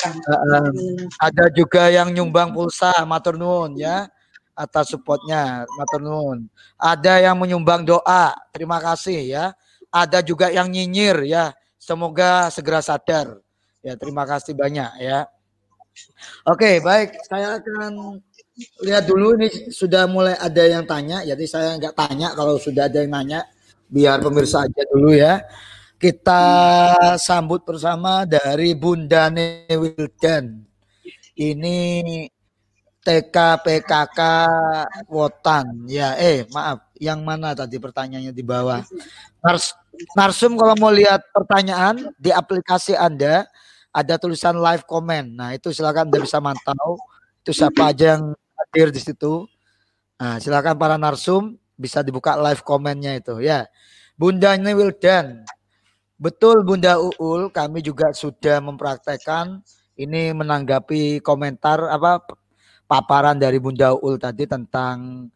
Ada juga yang nyumbang pulsa, matur nuwun ya atas supportnya, matur nuwun. Ada yang menyumbang doa, terima kasih ya. Ada juga yang nyinyir ya, semoga segera sadar ya, terima kasih banyak ya. Oke, baik, saya akan lihat dulu ini sudah mulai ada yang tanya, jadi saya nggak tanya kalau sudah ada yang nanya, biar pemirsa aja dulu ya. Kita sambut bersama dari Bunda Wildan. Ini TK PKK Wotan ya. Maaf, yang mana tadi pertanyaannya di bawah? Narsum kalau mau lihat pertanyaan di aplikasi Anda ada tulisan live comment. Nah itu silakan Anda bisa mantau. Itu siapa aja yang hadir di situ. Nah, silakan para narsum bisa dibuka live komennya itu ya. Bunda Wildan. Betul Bunda Uul, kami juga sudah mempraktekkan ini menanggapi komentar paparan dari Bunda Uul tadi tentang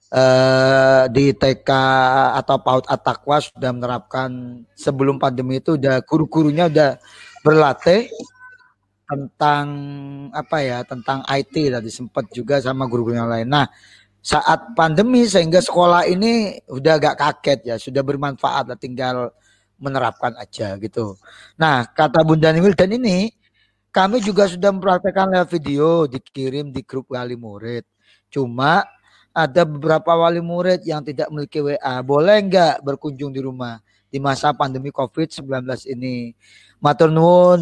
di TK atau PAUD At-Taqwa sudah menerapkan sebelum pandemi itu udah guru-gurunya udah berlatih tentang tentang IT tadi sempat juga sama guru-guru yang lain. Nah, saat pandemi sehingga sekolah ini udah agak kaget ya, sudah bermanfaat lah, tinggal menerapkan aja gitu. Nah, kata Bunda Niwil dan ini kami juga sudah mempraktekkan lewat video dikirim di grup wali murid. Cuma ada beberapa wali murid yang tidak memiliki WA. Boleh nggak berkunjung di rumah di masa pandemi COVID-19 ini? Matur nuwun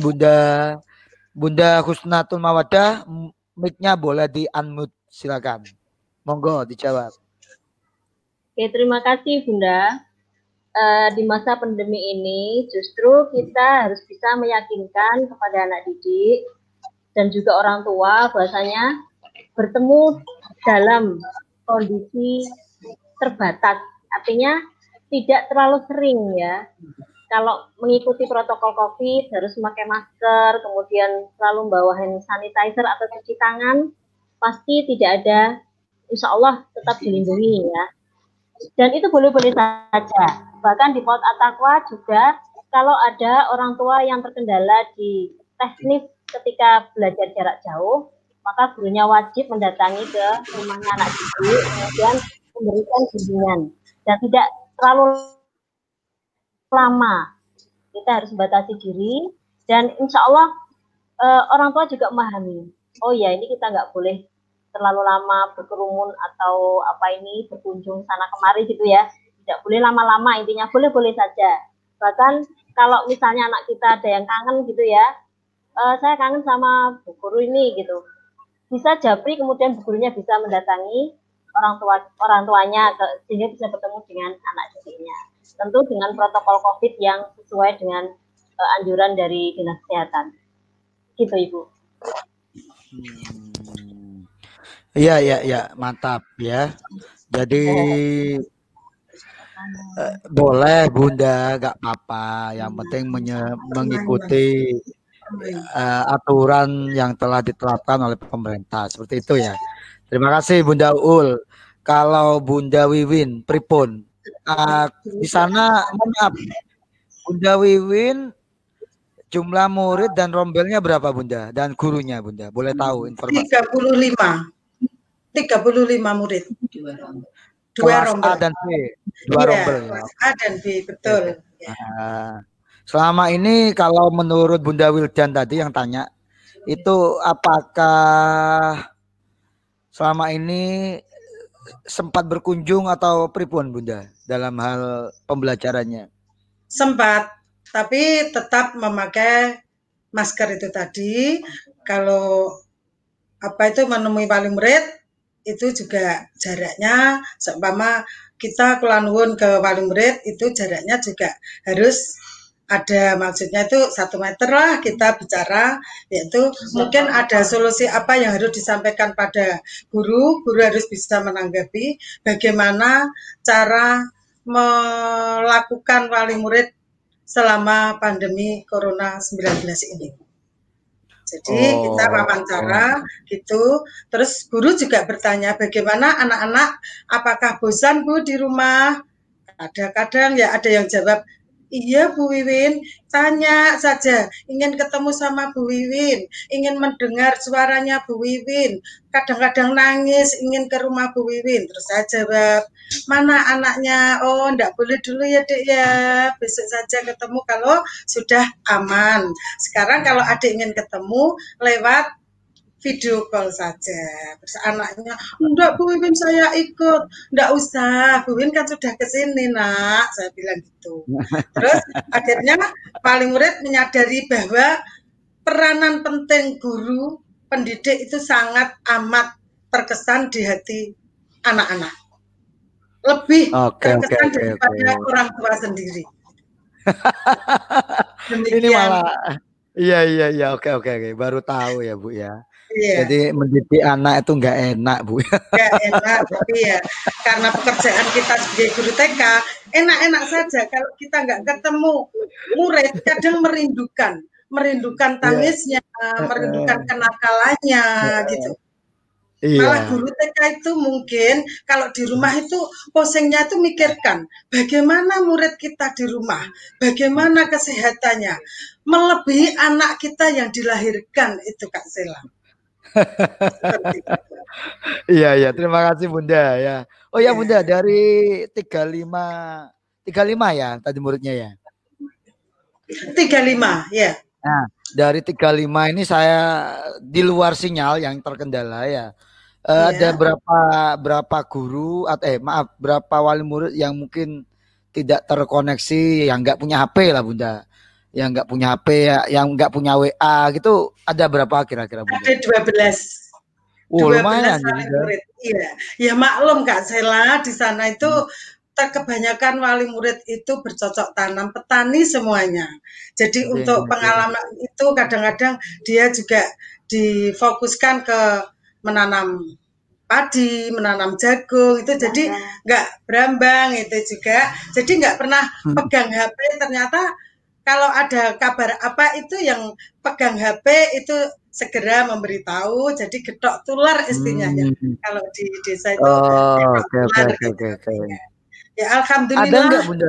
Bunda Husnatul Mawadah, mic-nya boleh di-unmute, silakan. Monggo dijawab. Oke, terima kasih Bunda. Di masa pandemi ini justru kita harus bisa meyakinkan kepada anak didik dan juga orang tua bahwasanya bertemu dalam kondisi terbatas, artinya tidak terlalu sering ya. Kalau mengikuti protokol COVID harus memakai masker, kemudian selalu membawa hand sanitizer atau cuci tangan, pasti tidak ada, insya Allah tetap dilindungi ya. Dan itu boleh-boleh saja. Bahkan di PAUD At-Taqwa juga kalau ada orang tua yang terkendala di teknis ketika belajar jarak jauh, maka gurunya wajib mendatangi ke rumahnya anak didik, kemudian memberikan bimbingan. Dan tidak terlalu lama. Kita harus membatasi diri dan insya Allah orang tua juga memahami. Oh ya, ini kita nggak boleh terlalu lama berkerumun atau berkunjung sana kemari gitu ya. Tidak boleh lama-lama, intinya boleh-boleh saja. Bahkan kalau misalnya anak kita ada yang kangen gitu ya, saya kangen sama bu guru ini gitu. Bisa japri kemudian bu gurunya bisa mendatangi orang tuanya sehingga bisa bertemu dengan anak didiknya. Tentu dengan protokol COVID yang sesuai dengan anjuran dari Dinas Kesehatan. Gitu Ibu. Iya, mantap ya. Jadi boleh Bunda, gak apa-apa. Yang penting mengikuti aturan yang telah diterapkan oleh pemerintah. Seperti itu ya. Terima kasih Bunda Uul. Kalau Bunda Wiwin, pripun? Di sana, maaf, Bunda Wiwin, jumlah murid dan rombelnya berapa Bunda? Dan gurunya Bunda? Boleh tahu informasi? 35 murid. Dua rombel. A dan B. Rombel ya. A dan B, betul. Selama ini kalau menurut Bunda Wildan tadi yang tanya, itu apakah selama ini sempat berkunjung atau pripun Bunda dalam hal pembelajarannya? Sempat, tapi tetap memakai masker itu tadi. Kalau menemui wali murid itu juga jaraknya seumpama kita kulanuwun ke wali murid itu jaraknya juga harus ada, maksudnya itu 1 meter lah kita bicara, yaitu mungkin ada solusi apa yang harus disampaikan pada guru harus bisa menanggapi bagaimana cara melakukan wali murid selama pandemi Corona 19 ini. Jadi kita wawancara gitu, terus guru juga bertanya bagaimana anak-anak, apakah bosan Bu di rumah? Kadang-kadang ya ada yang jawab, iya Bu Wiwin, tanya saja, ingin ketemu sama Bu Wiwin, ingin mendengar suaranya Bu Wiwin, kadang-kadang nangis, ingin ke rumah Bu Wiwin. Terus saya jawab, mana anaknya? Oh, enggak boleh dulu ya Dek ya, besok saja ketemu kalau sudah aman. Sekarang kalau adik ingin ketemu lewat video call saja. Terus anaknya, enggak Bu Wiwin saya ikut. Enggak usah, Bu Wiwin kan sudah kesini nak, saya bilang gitu. Terus akhirnya wali murid menyadari bahwa peranan penting guru pendidik itu sangat amat terkesan di hati anak-anak. Lebih terkesan daripada orang tua sendiri. Ini malah iya oke baru tahu ya Bu ya. Iya. Jadi mendidik anak itu nggak enak Bu. Nggak enak, tapi ya karena pekerjaan kita sebagai guru TK, enak-enak saja kalau kita nggak ketemu murid, kadang merindukan tangisnya, merindukan kenakalannya gitu. Malah guru TK itu mungkin kalau di rumah itu posingnya itu mikirkan bagaimana murid kita di rumah, bagaimana kesehatannya, melebihi anak kita yang dilahirkan itu Kak Sela. Iya, terima kasih Bunda ya. Oh ya Bunda, dari 35 ya tadi muridnya ya. 35 ya. Nah, dari 35 ini saya di luar sinyal yang terkendala ya. Ada berapa guru atau berapa wali murid yang mungkin tidak terkoneksi, yang nggak punya HP lah Bunda, yang nggak punya HP ya, yang nggak punya WA gitu, ada berapa kira-kira Bunda? Ada 12. Lumayan wali murid. Iya, ya maklum Kak Sela, di sana itu kebanyakan wali murid itu bercocok tanam, petani semuanya. Jadi untuk pengalaman itu kadang-kadang dia juga difokuskan ke menanam padi, menanam jagung itu, jadi nggak berambang itu juga. Jadi nggak pernah pegang HP. Ternyata kalau ada kabar apa itu yang pegang HP itu segera memberitahu. Jadi gedok tular istilahnya. Kalau di desa itu Oke. Ya alhamdulillah. Ada nggak Bunda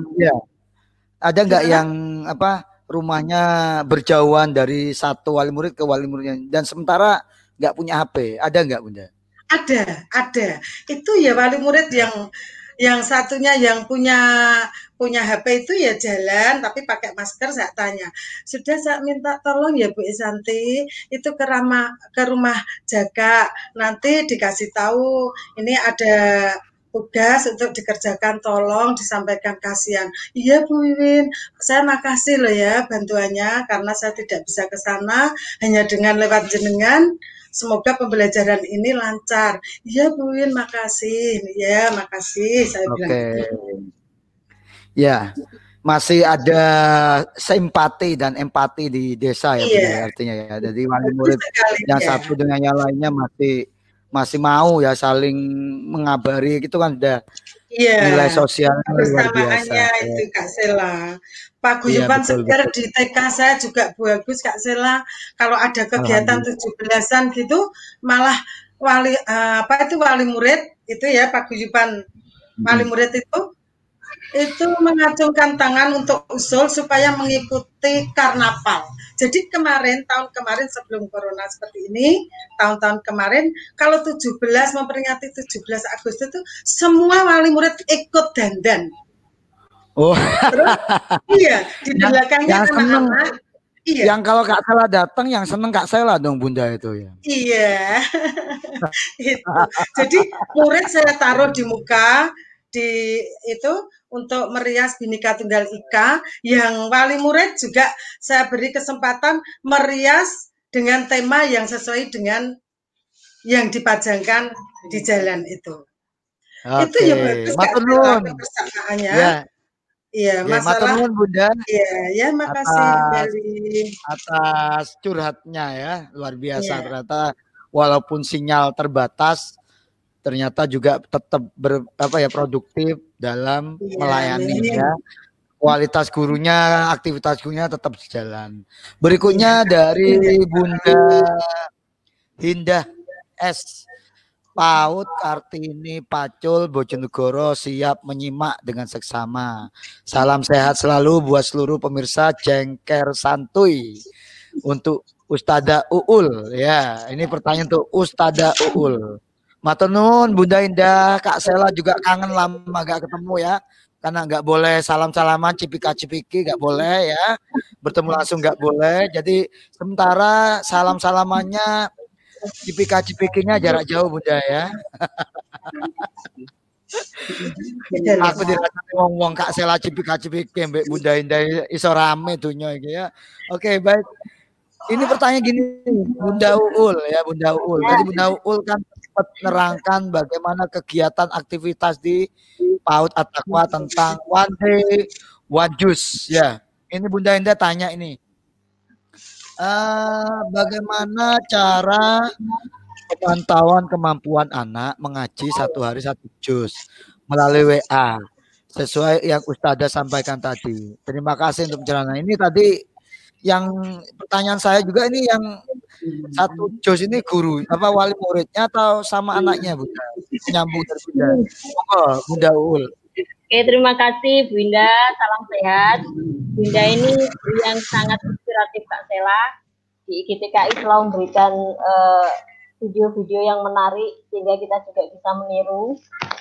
ada nggak yang rumahnya berjauhan dari satu wali murid ke wali muridnya dan sementara nggak punya HP, ada nggak Bunda? Ada. Itu ya wali murid yang satunya yang punya HP itu ya jalan tapi pakai masker. Saya tanya, sudah saya minta tolong ya Bu Isanti itu ke rumah jaga, nanti dikasih tahu ini ada tugas untuk dikerjakan, tolong disampaikan, kasihan. Iya Bu Wiwin, saya makasih loh ya bantuannya karena saya tidak bisa ke sana, hanya dengan lewat jenengan. Semoga pembelajaran ini lancar. Iya Bu Win, makasih. Ya, makasih. Saya bilang gitu. Ya, masih ada simpati dan empati di desa ya, Bunda, artinya ya. Jadi wali murid yang satu dengan yang lainnya masih mau ya saling mengabari gitu kan, udah nilai sosial luar biasa. Itu Kak Sela. Paguyuban segar di TK saya juga bagus Kak Sela. Kalau ada kegiatan 17-an gitu, malah wali murid itu ya, paguyuban wali murid itu mengacungkan tangan untuk usul supaya mengikuti karnaval. Jadi tahun kemarin sebelum corona seperti ini, tahun-tahun kemarin kalau 17 memperingati 17 Agustus itu semua wali murid ikut dandan. Oh. Terus iya, di belakangnya anak-anak. Iya. Yang kalau Kak Sela datang yang seneng Kak Sela dong Bunda itu ya. Iya. Itu. Jadi murid saya taruh di muka itu untuk merias Bhinneka Tunggal Ika, yang wali murid juga saya beri kesempatan merias dengan tema yang sesuai dengan yang dipajangkan di jalan itu. Itu ya bagus kebersamaannya. Iya, masalah Bunda. Iya, makasih atas curhatnya ya, luar biasa. Ternyata walaupun sinyal terbatas, ternyata juga tetap produktif dalam melayani ya. Kualitas gurunya, aktivitas gurunya tetap berjalan. Berikutnya dari Bunda Hindah S. PAUD Kartini Pacul Bojonegoro siap menyimak dengan seksama. Salam sehat selalu buat seluruh pemirsa Jengker Santuy. Untuk Ustadzah Uul ya. Ini pertanyaan untuk Ustadzah Uul. Matur nuwun Bunda Indah, Kak Sela juga kangen lama gak ketemu ya. Karena nggak boleh salam-salaman, cipika-cipiki nggak boleh ya. Bertemu langsung nggak boleh. Jadi sementara salam-salamannya, cipika-cipikinya jarak jauh Bunda ya. Aku dirasani wong-wong Kak Sela cipika-cipiki mbek Bunda Indah iso rame dunya iki ya. Oke, baik. Ini pertanyaan gini Bunda Uul ya, Bunda Uul. Jadi Bunda Uul kan sempat menerangkan bagaimana kegiatan aktivitas di PAUD At-Taqwa tentang One Day One Juice ya. Ini Bunda Indah tanya ini. Bagaimana cara Pemantauan kemampuan anak mengaji 1 hari 1 juz melalui WA sesuai yang Ustazah sampaikan tadi. Terima kasih untuk pencerahan. Ini tadi yang pertanyaan saya juga ini yang 1 juz ini guru apa wali muridnya atau sama anaknya Bunda? Menyambung dari Bunda. Monggo Bunda Ul. Oke, terima kasih Bu Indah. Salam sehat. Bu Indah ini guru yang sangat inspiratif Kak Sela. Di IGTKI selalu memberikan video-video yang menarik sehingga kita juga bisa meniru.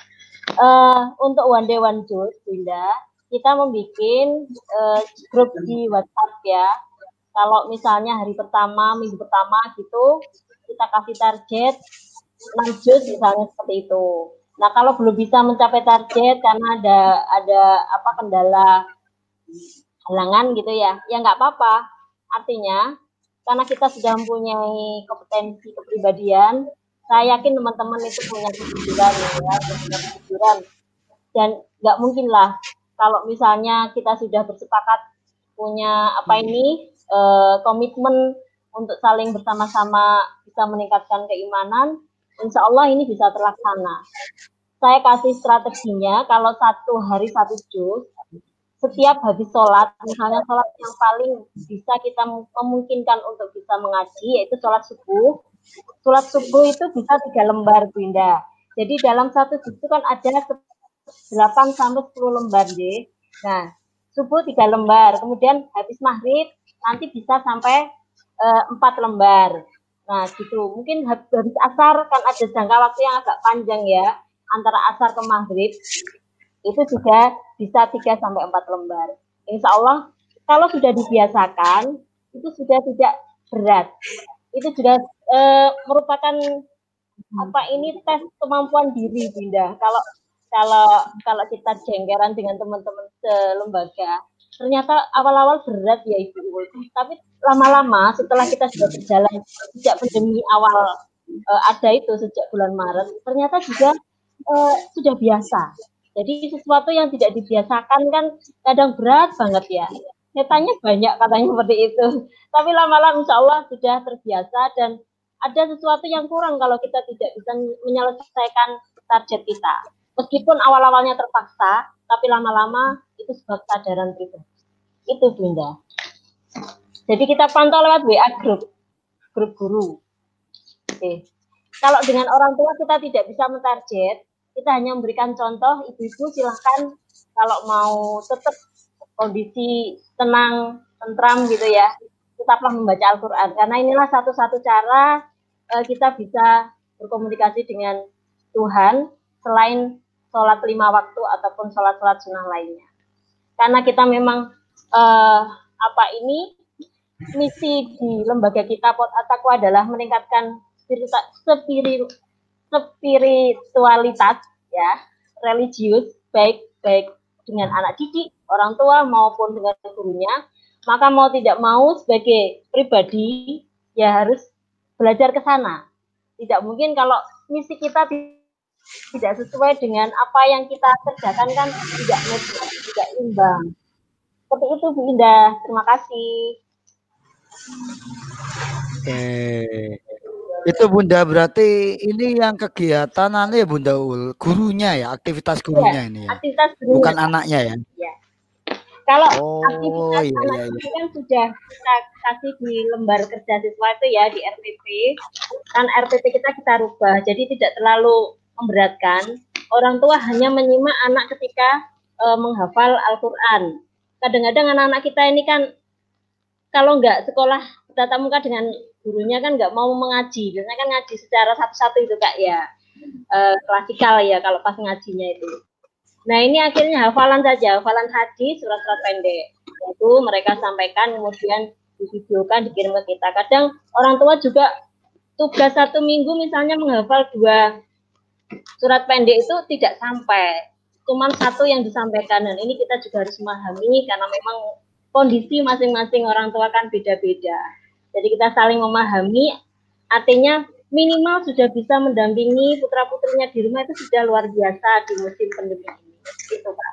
Untuk one day one juz, Bu Indah, kita membuat grup di WhatsApp ya. Kalau misalnya hari pertama, minggu pertama gitu, kita kasih target 6 juz misalnya seperti itu. Nah, kalau belum bisa mencapai target karena ada kendala halangan gitu ya nggak apa-apa. Artinya karena kita sudah mempunyai kompetensi kepribadian, saya yakin teman-teman itu punya kejujuran dan nggak mungkin lah kalau misalnya kita sudah bersepakat punya komitmen untuk saling bersama-sama bisa meningkatkan keimanan, insya Allah ini bisa terlaksana. Saya kasih strateginya, kalau 1 hari 1 juz, setiap habis sholat, misalnya sholat yang paling bisa kita memungkinkan untuk bisa mengaji, yaitu sholat subuh. Sholat subuh itu bisa 3 lembar, Bu Indah. Jadi dalam 1 juz itu kan ada 8 sampai 10 lembar, deh. Nah, subuh 3 lembar, kemudian habis maghrib nanti bisa sampai 4 lembar. Nah, gitu. Mungkin habis asar kan ada jangka waktu yang agak panjang ya, antara asar ke maghrib, itu juga bisa 3 sampai 4 lembar. Insya Allah, kalau sudah dibiasakan, itu sudah tidak berat. Itu juga merupakan tes kemampuan diri, Bunda. Kalau kita jengkeran dengan teman-teman selembaga, ternyata awal-awal berat ya Ibu. Tapi lama-lama setelah kita sudah berjalan sejak pandemi awal ada itu sejak bulan Maret, ternyata juga sudah biasa. Jadi sesuatu yang tidak dibiasakan kan kadang berat banget ya. Setannya banyak katanya seperti itu. Tapi lama-lama insya Allah sudah terbiasa dan ada sesuatu yang kurang kalau kita tidak bisa menyelesaikan target kita. Meskipun awal-awalnya terpaksa, tapi lama-lama itu sebuah kesadaran pribadi. Itu Bunda. Jadi kita pantau lewat WA grup guru. Oke. Kalau dengan orang tua kita tidak bisa mentarget, kita hanya memberikan contoh, ibu-ibu silahkan kalau mau tetap kondisi tenang, tentram gitu ya, tetaplah membaca Al-Quran. Karena inilah satu-satu cara kita bisa berkomunikasi dengan Tuhan selain sholat 5 waktu ataupun sholat-sholat sunnah lainnya. Karena kita memang misi di lembaga kita Pot At-Taqwa adalah meningkatkan spiritualitas ya, religius, baik dengan anak didik, orang tua maupun dengan gurunya. Maka mau tidak mau sebagai pribadi ya harus belajar ke sana. Tidak mungkin kalau misi kita tidak sesuai dengan apa yang kita kerjakan kan tidak imbang. Seperti itu Bu Indah. Terima kasih. Itu Bunda berarti ini yang kegiatan ya Bunda Ul, gurunya ya, aktivitas gurunya ini ya. Aktivitas gurunya. Bukan anaknya ya. Ya. Kalau aktivitas anak itu kan sudah kita kasih di lembar kerja siswa itu ya di RPP. Kan RPP kita rubah, jadi tidak terlalu memberatkan. Orang tua hanya menyimak anak ketika menghafal Al-Quran. Kadang-kadang anak-anak kita ini kan kalau nggak sekolah tatap muka dengan gurunya kan nggak mau mengaji. Biasanya kan ngaji secara satu-satu itu Kak ya. Klasikal ya kalau pas ngajinya itu. Nah ini akhirnya hafalan saja, hafalan hadis, surat-surat pendek. Itu mereka sampaikan, kemudian divideokan, dikirim ke kita. Kadang orang tua juga tugas 1 minggu misalnya menghafal 2 surat pendek itu tidak sampai. Cuman 1 yang disampaikan. Dan ini kita juga harus memahami karena memang kondisi masing-masing orang tua kan beda-beda. Jadi kita saling memahami, artinya minimal sudah bisa mendampingi putra-putrinya di rumah itu sudah luar biasa di musim pandemi ini. Itu Pak.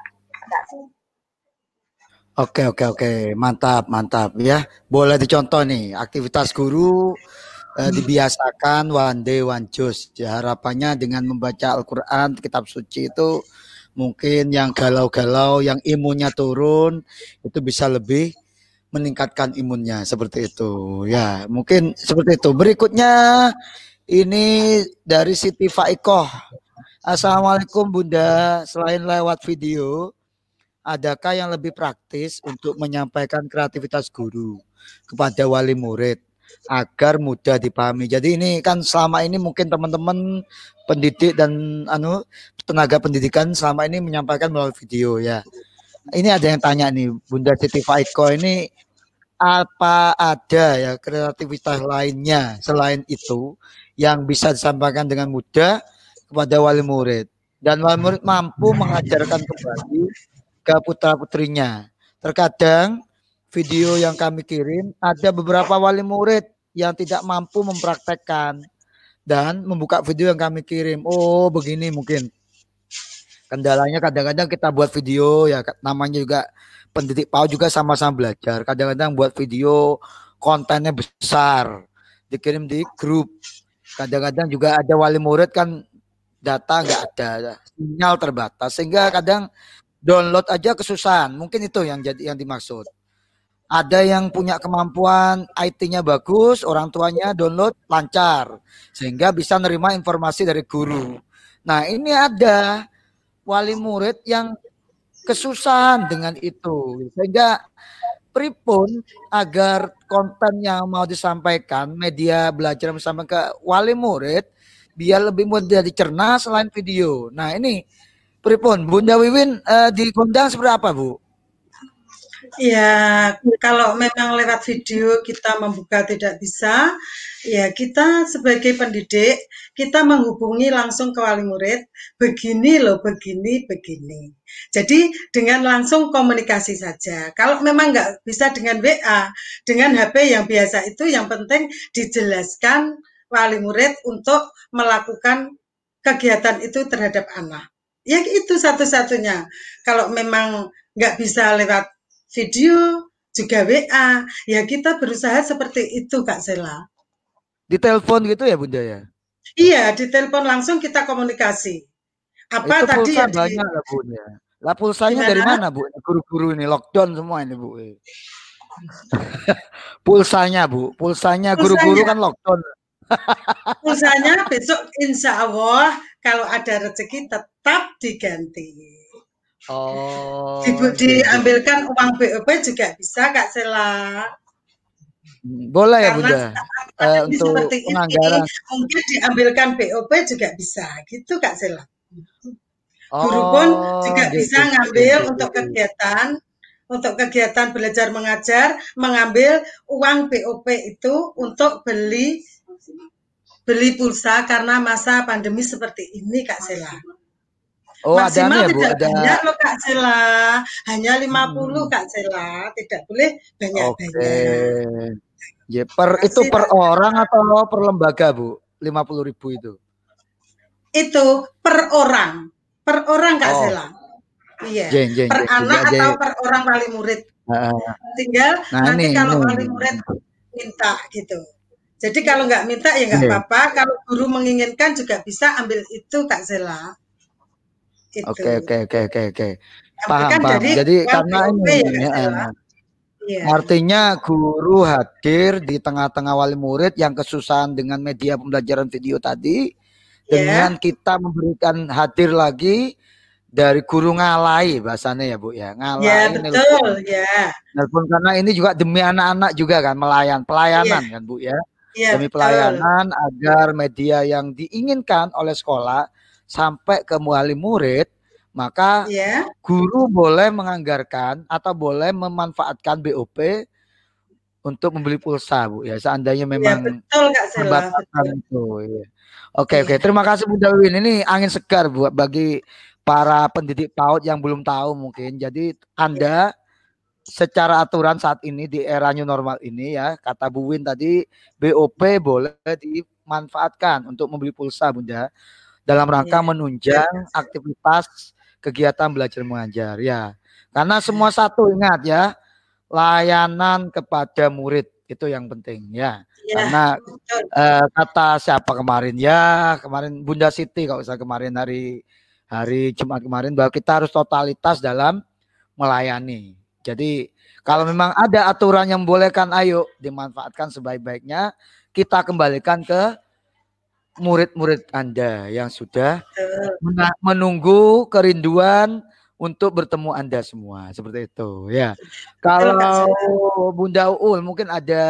Oke, mantap ya. Boleh dicontoh nih aktivitas guru dibiasakan one day one juice. Ya, harapannya dengan membaca Al-Quran, kitab suci itu mungkin yang galau-galau, yang imunnya turun, itu bisa lebih meningkatkan imunnya seperti itu. Ya, mungkin seperti itu. Berikutnya ini dari Siti Faikoh. Assalamualaikum Bunda. Selain lewat video, adakah yang lebih praktis untuk menyampaikan kreativitas guru kepada wali murid agar mudah dipahami? Jadi ini kan selama ini mungkin teman-teman pendidik dan tenaga pendidikan selama ini menyampaikan melalui video ya. Ini ada yang tanya nih, Bunda Siti Faiko ini apa ada ya kreativitas lainnya selain itu yang bisa disampaikan dengan mudah kepada wali murid dan wali murid mampu mengajarkan kembali ke putra-putrinya. Terkadang video yang kami kirim ada beberapa wali murid yang tidak mampu mempraktekkan dan membuka video yang kami kirim. Oh, begini mungkin kendalanya kadang-kadang kita buat video ya namanya juga pendidik PAUD juga sama-sama belajar. Kadang-kadang buat video kontennya besar dikirim di grup. Kadang-kadang juga ada wali murid kan data nggak ada, sinyal terbatas sehingga kadang download aja kesusahan. Mungkin itu yang dimaksud. Ada yang punya kemampuan IT-nya bagus, orang tuanya download lancar sehingga bisa nerima informasi dari guru. Nah, ini ada wali murid yang kesusahan dengan itu sehingga pripun agar konten yang mau disampaikan media belajar sampai ke wali murid biar lebih mudah dicerna selain video. Nah ini pripun Bunda Wiwin diundang seberapa Bu? Ya, kalau memang lewat video kita membuka tidak bisa, ya kita sebagai pendidik, kita menghubungi langsung ke wali murid, begini loh, begini. Jadi dengan langsung komunikasi saja. Kalau memang nggak bisa dengan WA, dengan HP yang biasa itu yang penting dijelaskan wali murid untuk melakukan kegiatan itu terhadap anak. Ya itu satu-satunya. Kalau memang nggak bisa lewat video, juga WA, ya kita berusaha seperti itu Kak Sela. Di telepon gitu ya Bunda ya? Iya, di telepon langsung kita komunikasi. Apa itu tadi pulsa yang banyak lah Bu ya. Lah pulsanya dari mana Bu? Guru-guru ini lockdown semua ini Bu. Pulsanya Bu, pulsanya guru-guru kan lockdown. Pulsanya besok insya Allah kalau ada rezeki tetap diganti. Oh. Diambilkan uang BOP juga bisa Kak Sela. Boleh ya Bunda. Untuk seperti penganggaran. Ini, mungkin diambilkan BOP juga bisa, gitu Kak Sela. Guru pun juga bisa ngambil untuk kegiatan belajar mengajar, mengambil uang BOP itu untuk beli pulsa karena masa pandemi seperti ini Kak Sela. Oh, maksimal ada tidak banyak loh Kak Sela, hanya 50 Kak Sela, tidak boleh banyak-banyak. Ya, itu per orang atau per lembaga Bu? 50.000 itu? Itu per orang Kak Sela. Iya, per anak atau per orang wali murid. Tinggal nanti kalau wali murid minta gitu. Jadi kalau nggak minta ya nggak apa-apa. Kalau guru menginginkan juga bisa ambil itu Kak Sela. Gitu. Oke. Paham. Jadi karena ini artinya guru hadir di tengah-tengah wali murid yang kesusahan dengan media pembelajaran video tadi, dengan kita memberikan hadir lagi dari guru ngalai bahasanya ya Bu ya, ngalai. Ya betul ya. Nelpon karena ini juga demi anak-anak juga kan, pelayanan kan Bu ya. Demi pelayanan agar media yang diinginkan oleh sekolah sampai ke wali murid, maka guru boleh menganggarkan atau boleh memanfaatkan BOP untuk membeli pulsa Bu ya, seandainya memang terbatasan itu. Ya. Oke. Terima kasih Bunda Wiwin. Ini angin segar buat bagi para pendidik PAUD yang belum tahu mungkin. Jadi Anda secara aturan saat ini di era new normal ini ya, kata Bu Win tadi BOP boleh dimanfaatkan untuk membeli pulsa Bunda dalam rangka menunjang aktivitas kegiatan belajar mengajar ya. Karena semua satu ingat ya, layanan kepada murid Itu yang penting ya. Ya, Karena betul. kata siapa kemarin ya, kemarin Bunda Siti kalau saya kemarin hari Jumat kemarin, bahwa kita harus totalitas dalam melayani. Jadi kalau memang ada aturan yang membolehkan, ayo dimanfaatkan sebaik-baiknya. Kita kembalikan ke murid-murid Anda yang sudah menunggu kerinduan untuk bertemu Anda semua. Seperti itu ya. Betul, Kak Kalau Sela. Bunda Uul mungkin ada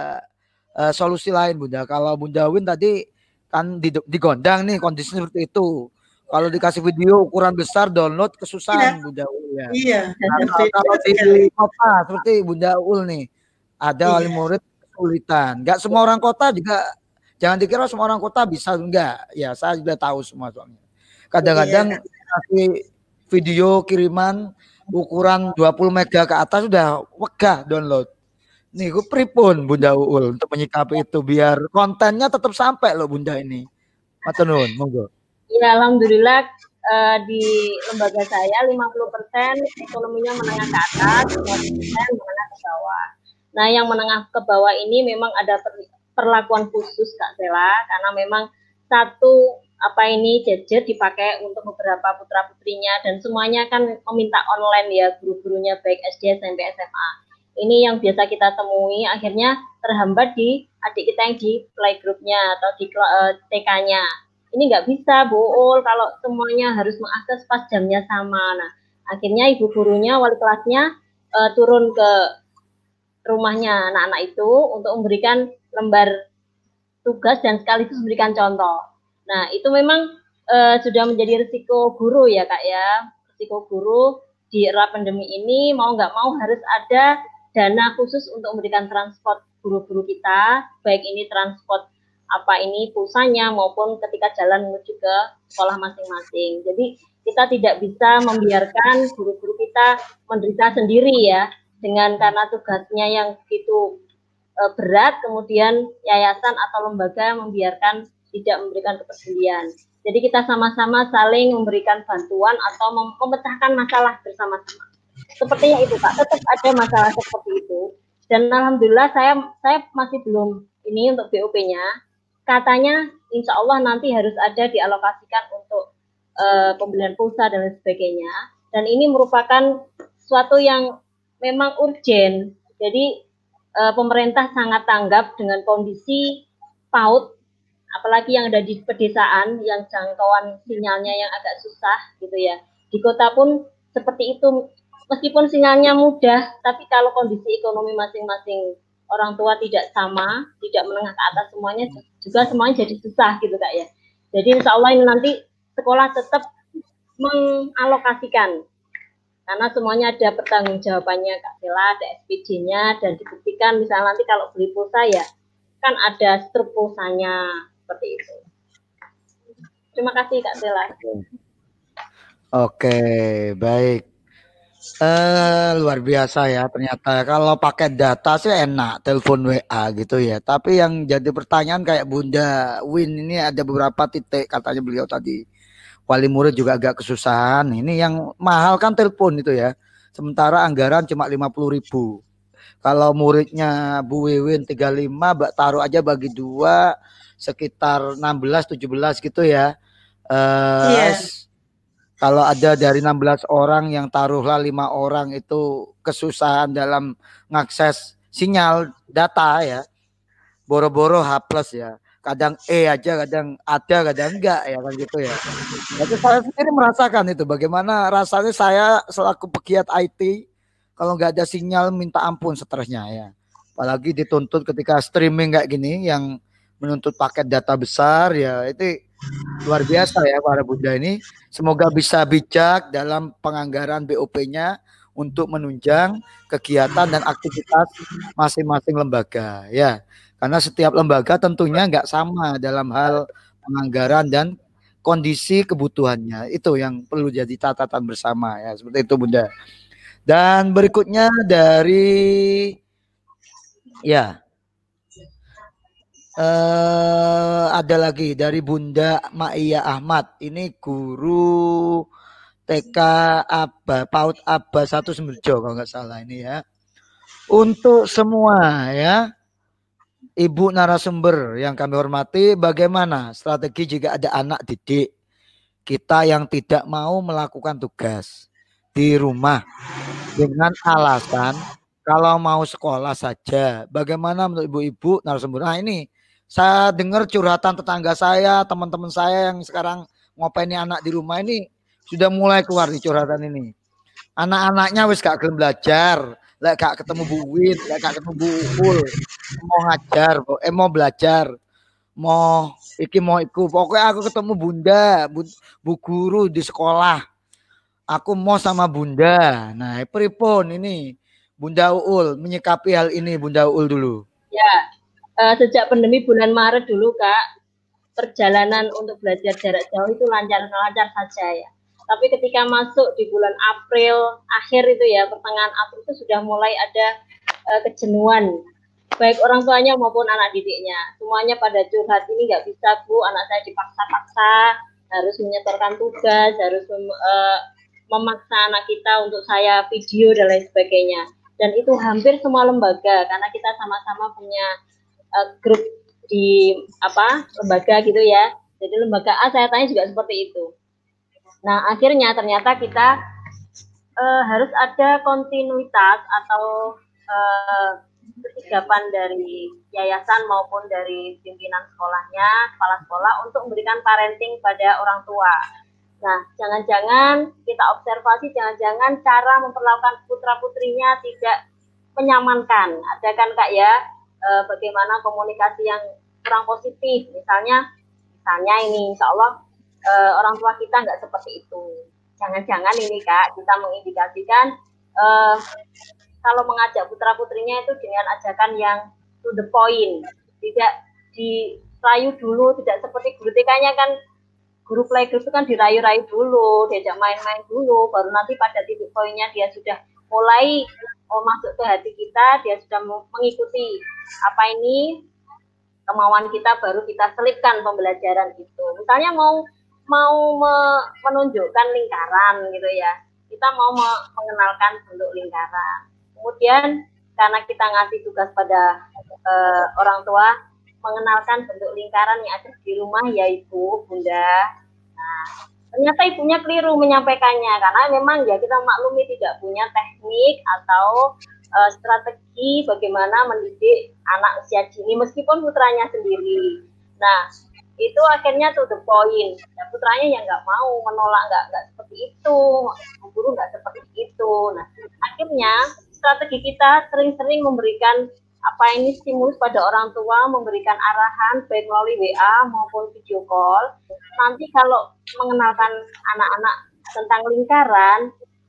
solusi lain, Bunda. Kalau Bunda Win tadi kan digondang nih kondisi seperti itu. Kalau dikasih video ukuran besar download kesusahan, Iya, Bunda Ul ya. iya, Nah, beda kalau sekali. di kota seperti Bunda Ul nih, ada wali Iya, murid kesulitan. Enggak semua orang kota juga, jangan dikira semua orang kota bisa, enggak. Ya, saya sudah tahu semua soalnya. iya, Kadang-kadang Kak. kasih video kiriman ukuran 20 mega ke atas sudah wegah download. Nih, gue pripun Bunda Uul untuk menyikapi itu biar kontennya tetap sampai loh Bunda ini. Matur nuwun, monggo. Ya, alhamdulillah di lembaga saya 50% ekonominya menengah ke atas, 50% menengah ke bawah. Nah, yang menengah ke bawah ini memang ada perlakuan khusus Kak Sela, karena memang satu gadget dipakai untuk beberapa putra putrinya dan semuanya kan meminta online ya, guru-gurunya baik SD, SMP, SMA. Ini yang biasa kita temui, akhirnya terhambat di adik kita yang di playgroup-nya atau di TK-nya. Ini nggak bisa Bu Ul kalau semuanya harus mengakses pas jamnya sama. Nah, akhirnya ibu gurunya, wali kelasnya turun ke rumahnya anak-anak itu untuk memberikan lembar tugas dan sekaligus memberikan contoh. Nah, itu memang sudah menjadi risiko guru ya Kak ya. Risiko guru di era pandemi ini mau nggak mau harus ada dana khusus untuk memberikan transport guru-guru kita, baik ini transport pulsanya maupun ketika jalan menuju ke sekolah masing-masing. Jadi kita tidak bisa membiarkan guru-guru kita menderita sendiri ya, dengan karena tugasnya yang begitu berat, kemudian yayasan atau lembaga membiarkan tidak memberikan kepedulian. Jadi kita sama-sama saling memberikan bantuan atau memecahkan masalah bersama-sama. Sepertinya itu Pak, tetap ada masalah seperti itu. Dan alhamdulillah saya masih belum ini untuk BOP-nya. Katanya insya Allah nanti harus ada dialokasikan untuk pembelian pulsa dan sebagainya. Dan ini merupakan suatu yang memang urgent. Jadi pemerintah sangat tanggap dengan kondisi PAUD, apalagi yang ada di pedesaan yang jangkauan sinyalnya yang agak susah gitu ya. Di kota pun seperti itu, meskipun sinyalnya mudah, tapi kalau kondisi ekonomi masing-masing orang tua tidak sama, tidak menengah ke atas semuanya jadi susah gitu Kak ya. Jadi insya Allah ini nanti sekolah tetap mengalokasikan karena semuanya ada pertanggungjawabannya Kak Sela, ada SPJ-nya dan dibuktikan misalnya nanti kalau beli pulsa ya kan ada struk pulsanya seperti itu. Terima kasih Kak Sela. Oke, baik. Luar biasa ya ternyata kalau pakai data sih enak telepon WA gitu ya. Tapi yang jadi pertanyaan kayak Bunda Win ini ada beberapa titik katanya beliau tadi. Wali murid juga agak kesusahan. Ini yang mahal kan telepon itu ya. Sementara anggaran cuma 50.000. Kalau muridnya Bu Wiwin 35, taruh aja bagi 2 sekitar 16 17 gitu ya. Iya, Kalau ada dari 16 orang yang taruhlah 5 orang itu kesusahan dalam mengakses sinyal data ya. Boro-boro H+ ya. Kadang aja, kadang ada, kadang enggak ya kan gitu ya. Jadi saya sendiri merasakan itu bagaimana rasanya saya selaku pegiat IT kalau nggak ada sinyal minta ampun stresnya ya. Apalagi dituntut ketika streaming kayak gini yang menuntut paket data besar ya itu luar biasa ya para Bunda ini. Semoga bisa bijak dalam penganggaran BOP-nya untuk menunjang kegiatan dan aktivitas masing-masing lembaga ya. Karena setiap lembaga tentunya nggak sama dalam hal penganggaran dan kondisi kebutuhannya. Itu yang perlu jadi catatan bersama ya. Seperti itu Bunda. Dan berikutnya dari ya ada lagi dari Bunda Maia Ahmad. Ini guru TK PAUD Aba 1 Semberjo kalau nggak salah ini ya. Untuk semua ya Ibu narasumber yang kami hormati, bagaimana strategi jika ada anak didik kita yang tidak mau melakukan tugas di rumah dengan alasan kalau mau sekolah saja. Bagaimana menurut ibu-ibu narasumber? Nah ini saya dengar curhatan tetangga saya, teman-teman saya yang sekarang ngopeni anak di rumah ini sudah mulai keluar di curhatan ini. Anak-anaknya wis gak gelem belajar, lek gak ketemu Bu Win, lek gak ketemu Bu Ul, mau ngajar, mau belajar, mau iki mau iku. Pokoknya aku ketemu Bunda, Bu Guru di sekolah. Aku mau sama Bunda. Nah, pripun ini Bunda Uul menyikapi hal ini, Bunda Uul dulu. Ya, sejak pandemi bulan Maret dulu Kak, perjalanan untuk belajar jarak jauh itu lancar-lancar saja ya. Tapi ketika masuk di bulan April akhir itu ya, pertengahan April itu sudah mulai ada kejenuhan, baik orang tuanya maupun anak didiknya. Semuanya pada curhat, ini nggak bisa Bu, anak saya dipaksa-paksa, harus menyetorkan tugas, harus memaksa anak kita untuk saya video dan lain sebagainya. Dan itu hampir semua lembaga, karena kita sama-sama punya grup di lembaga gitu ya. Jadi lembaga A saya tanya juga seperti itu. Nah akhirnya ternyata kita harus ada kontinuitas atau kesigapan dari yayasan maupun dari pimpinan sekolahnya, kepala sekolah untuk memberikan parenting pada orang tua. Nah, jangan-jangan kita observasi, jangan-jangan cara memperlakukan putra-putrinya tidak menyamankan. Ada kan Kak ya, bagaimana komunikasi yang kurang positif. Misalnya ini, insya Allah orang tua kita nggak seperti itu. Jangan-jangan ini Kak, kita mengindikasikan kalau mengajak putra-putrinya itu dengan ajakan yang to the point. Tidak dirayu dulu, tidak seperti guru TK-nya kan, guru playgroup itu kan dirayu-rayu dulu, diajak main-main dulu, baru nanti pada titik poinnya dia sudah mulai masuk ke hati kita, dia sudah mengikuti apa ini kemauan kita, baru kita selipkan pembelajaran itu. Misalnya mau menunjukkan lingkaran gitu ya, kita mau mengenalkan bentuk lingkaran. Kemudian karena kita ngasih tugas pada orang tua mengenalkan bentuk lingkaran yang ada di rumah, yaitu Bunda. Nah, ternyata ibunya keliru menyampaikannya karena memang ya kita maklumi tidak punya teknik atau strategi bagaimana mendidik anak usia dini meskipun putranya sendiri. Nah, itu akhirnya to the point. Ya, putranya yang nggak mau menolak, nggak seperti itu, guru nggak seperti itu. Nah, akhirnya strategi kita sering-sering memberikan stimulus pada orang tua, memberikan arahan baik melalui WA maupun video call. Nanti kalau mengenalkan anak-anak tentang lingkaran,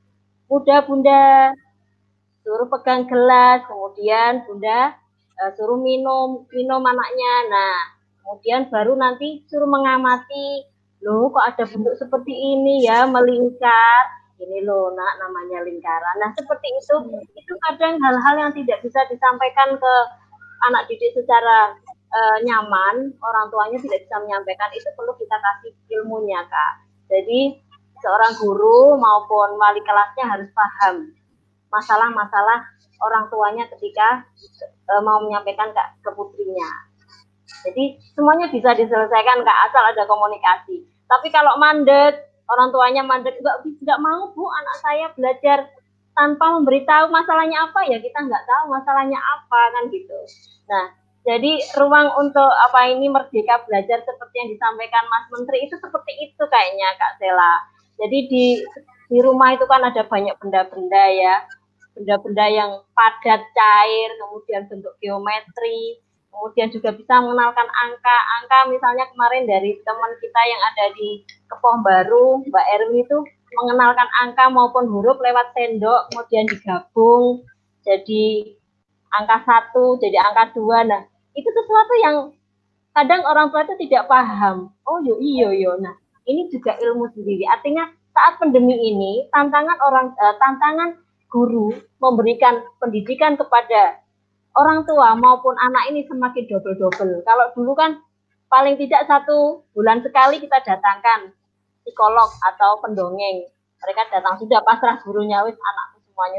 Bunda suruh pegang gelas, kemudian Bunda suruh minum anaknya. Nah, kemudian baru nanti suruh mengamati, loh kok ada bentuk seperti ini ya, melingkar. Ini loh nak, namanya lingkaran. Nah seperti itu kadang hal-hal yang tidak bisa disampaikan ke anak didik secara nyaman, orang tuanya tidak bisa menyampaikan, itu perlu kita kasih ilmunya Kak. Jadi seorang guru maupun wali kelasnya harus paham masalah-masalah orang tuanya ketika mau menyampaikan ke putrinya. Jadi semuanya bisa diselesaikan Kak, asal ada komunikasi. Tapi kalau mandek, orang tuanya mandek, nggak mau Bu anak saya belajar tanpa memberitahu masalahnya apa, ya kita nggak tahu masalahnya apa kan gitu. Nah, jadi ruang untuk merdeka belajar seperti yang disampaikan Mas Menteri itu seperti itu kayaknya Kak Sela. Jadi di rumah itu kan ada banyak benda-benda ya, benda-benda yang padat, cair, kemudian bentuk geometri, kemudian juga bisa mengenalkan angka misalnya kemarin dari teman kita yang ada di Kepoh Baru, Mbak Erwi itu mengenalkan angka maupun huruf lewat sendok, kemudian digabung jadi angka 1, jadi angka 2. Nah, itu sesuatu yang kadang orang tua itu tidak paham. Oh iya. Nah, ini juga ilmu sendiri. Artinya saat pandemi ini tantangan guru memberikan pendidikan kepada orang tua maupun anak ini semakin double. Kalau dulu kan paling tidak 1 bulan sekali kita datangkan psikolog atau pendongeng. Mereka datang, sudah pasrah gurunya, wis anakku semuanya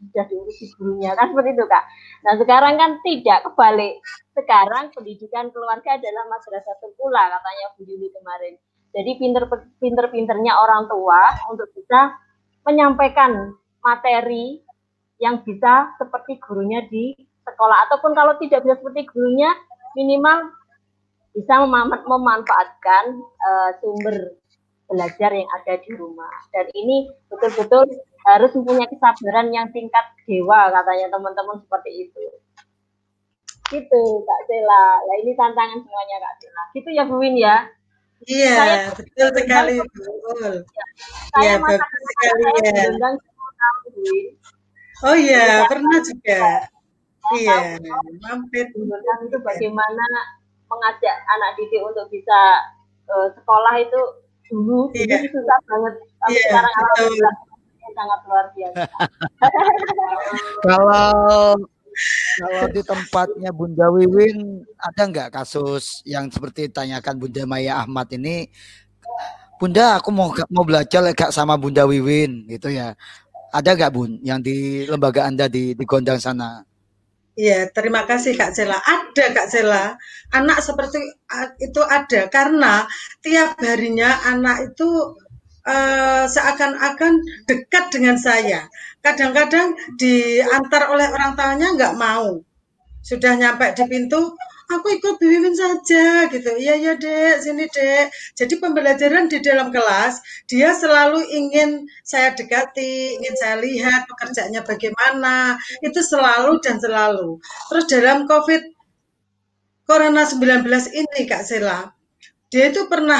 sudah diurusi gurunya, kan seperti itu Kak. Nah sekarang kan tidak, kebalik. Sekarang pendidikan keluarga adalah madrasatul ula katanya Bu Yuli kemarin. Jadi pinter-pinternya orang tua untuk bisa menyampaikan materi yang bisa seperti gurunya di sekolah, ataupun kalau tidak bisa seperti gurunya minimal bisa memanfaatkan sumber belajar yang ada di rumah. Dan ini betul-betul harus mempunyai kesabaran yang tingkat dewa katanya teman-teman, seperti itu. Gitu Kak Sela. Nah ini tantangan semuanya Kak Sela. Gitu ya Bu Win ya. Iya, Saya betul sekali, betul. saya Iya, masa bagus sekali saya ya. diundang 10 tahun Bu Win. Oh iya, Saya pernah juga. tahu Iya, mampir. diundang itu bagaimana mengajak anak didik untuk bisa sekolah itu dulu Iya, susah banget. Sampai iya, sekarang betul. alhamdulillah sangat luar biasa. Kalau di tempatnya Bunda Wiwin ada nggak kasus yang seperti ditanyakan Bunda Maya Ahmad ini? Bunda, aku mau belajar Kak sama Bunda Wiwin gitu ya. Ada nggak Bun yang di lembaga Anda di Gondang sana? Iya, terima kasih Kak Sela. Ada Kak Sela, anak seperti itu ada karena tiap harinya anak itu seakan-akan dekat dengan saya. Kadang-kadang diantar oleh orang tuanya nggak mau. Sudah nyampe di pintu, aku ikut Bu Wiwin saja gitu. Iya ya Dek, sini Dek. Jadi pembelajaran di dalam kelas, dia selalu ingin saya dekati, ingin saya lihat pekerjaannya bagaimana. Itu selalu dan selalu. Terus dalam COVID Corona 19 ini Kak Sela, dia itu pernah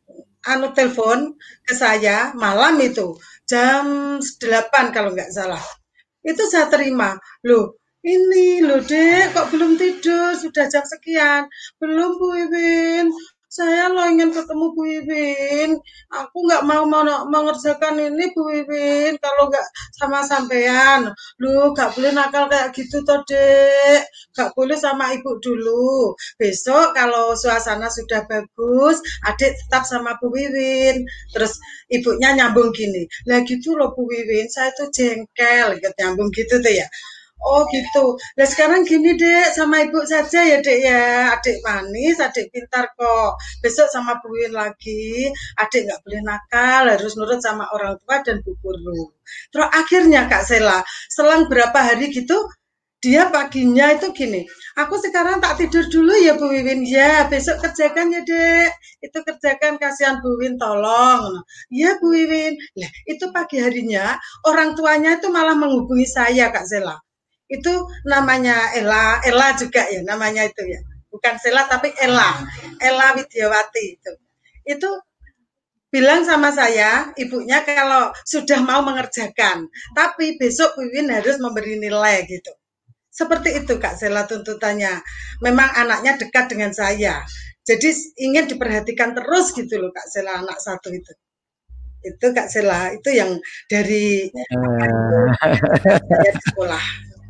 telepon ke saya malam itu jam 8 kalau nggak salah. Itu saya terima. Loh, ini loh Dek, kok belum tidur? Sudah jam sekian. Belum Bu Wiwin. Saya lo ingin ketemu Bu Wiwin. Aku nggak mau mengerjakan ini Bu Wiwin kalau nggak sama sampean. Loh, nggak boleh nakal kayak gitu toh Dek. Nggak boleh sama ibu dulu. Besok kalau suasana sudah bagus, adik tetap sama Bu Wiwin. Terus ibunya nyambung gini, lah gitu loh Bu Wiwin, saya tuh jengkel, gitu, nyambung gitu tuh ya. Oh gitu. Nah sekarang gini Dek, sama ibu saja ya Dek ya. Adik manis, adik pintar kok. Besok sama Bu Wiwin lagi. Adik nggak boleh nakal, harus nurut sama orang tua dan bu guru. Terus akhirnya Kak Sela, selang berapa hari gitu, dia paginya itu gini, aku sekarang tak tidur dulu ya Bu Wiwin, ya besok kerjakan ya Dek, itu kerjakan, kasihan Bu Wiwin tolong. Ya Bu Wiwin, lah itu pagi harinya orang tuanya itu malah menghubungi saya Kak Sela. Itu namanya Ella juga ya namanya itu ya, bukan Sela tapi Ella Widiawati itu. Itu bilang sama saya, ibunya kalau sudah mau mengerjakan, tapi besok Bu Wiwin harus memberi nilai gitu. Seperti itu Kak Sela tuntutannya. Memang anaknya dekat dengan saya. Jadi ingin diperhatikan terus gitu loh Kak Sela, anak satu itu. Itu Kak Sela, itu yang dari saya di sekolah.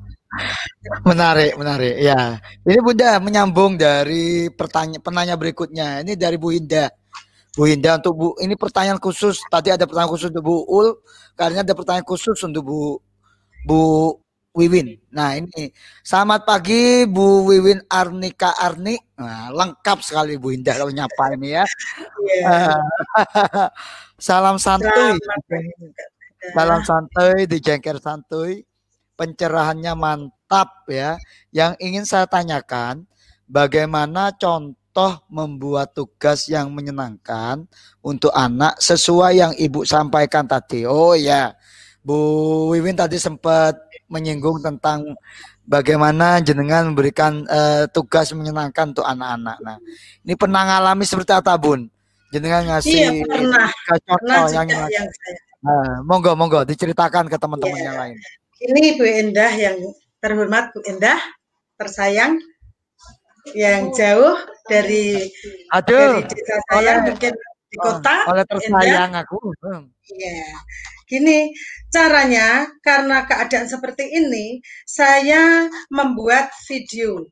Menarik ya. Ini Bunda menyambung dari penanya berikutnya. Ini dari Bu Indah. Bu Indah, untuk Bu, ini pertanyaan khusus. Tadi ada pertanyaan khusus untuk Bu Ul, karena ada pertanyaan khusus untuk Bu Wiwin. Nah ini, selamat pagi Bu Wiwin Arnika Arni. Nah, lengkap sekali Bu Indah kalau nyapa ini ya. Yeah. Salam santuy. Salam santuy di Jengker Santuy. Pencerahannya mantap ya. Yang ingin saya tanyakan, bagaimana contoh membuat tugas yang menyenangkan untuk anak sesuai yang Ibu sampaikan tadi. Oh ya, Bu Wiwin tadi sempat menyinggung tentang bagaimana jenengan memberikan tugas menyenangkan untuk anak-anak. Nah, ini pernah ngalami seperti apa Bun? Jenengan ngasih pernah yang saya. Nah, monggo diceritakan ke teman-teman yang lain. Ini Bu Endah yang terhormat, Bu Endah tersayang, yang jauh dari desa saya, mungkin di kota. Oleh tersayang Endah. Aku. Iya. Gini, caranya karena keadaan seperti ini, saya membuat video.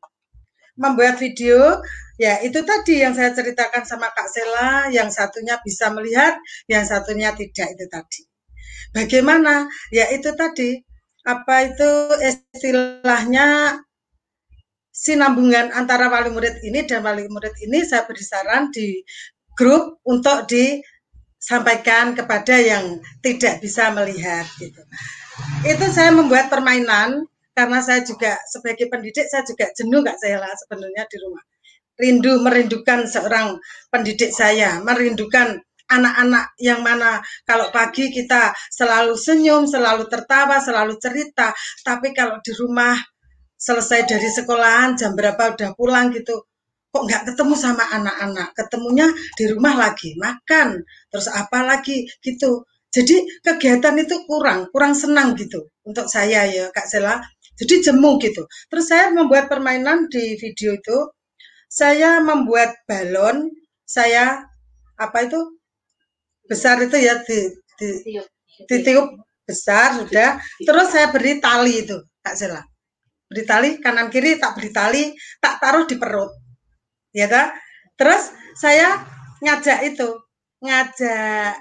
Ya itu tadi yang saya ceritakan sama Kak Sela, yang satunya bisa melihat, yang satunya tidak, itu tadi. Bagaimana? Ya itu tadi, apa itu istilahnya sinambungan antara wali murid ini dan wali murid ini, saya beri saran di grup untuk disampaikan kepada yang tidak bisa melihat gitu. Itu saya membuat permainan karena saya juga sebagai pendidik saya juga jenuh Kak Sela sebenarnya di rumah. Merindukan seorang pendidik saya, merindukan anak-anak yang mana kalau pagi kita selalu senyum, selalu tertawa, selalu cerita, tapi kalau di rumah selesai dari sekolahan jam berapa udah pulang gitu, kok nggak ketemu sama anak-anak, ketemunya di rumah lagi makan, terus apa lagi gitu. Jadi kegiatan itu kurang senang gitu untuk saya ya Kak Sela. Jadi jemu gitu. Terus saya membuat permainan di video itu, saya membuat balon, saya apa itu besar itu ya ditiup besar sudah. Terus saya beri tali itu Kak Sela. Beri tali kanan kiri, tak beri tali, tak taruh di perut. Ya kan? Terus saya ngajak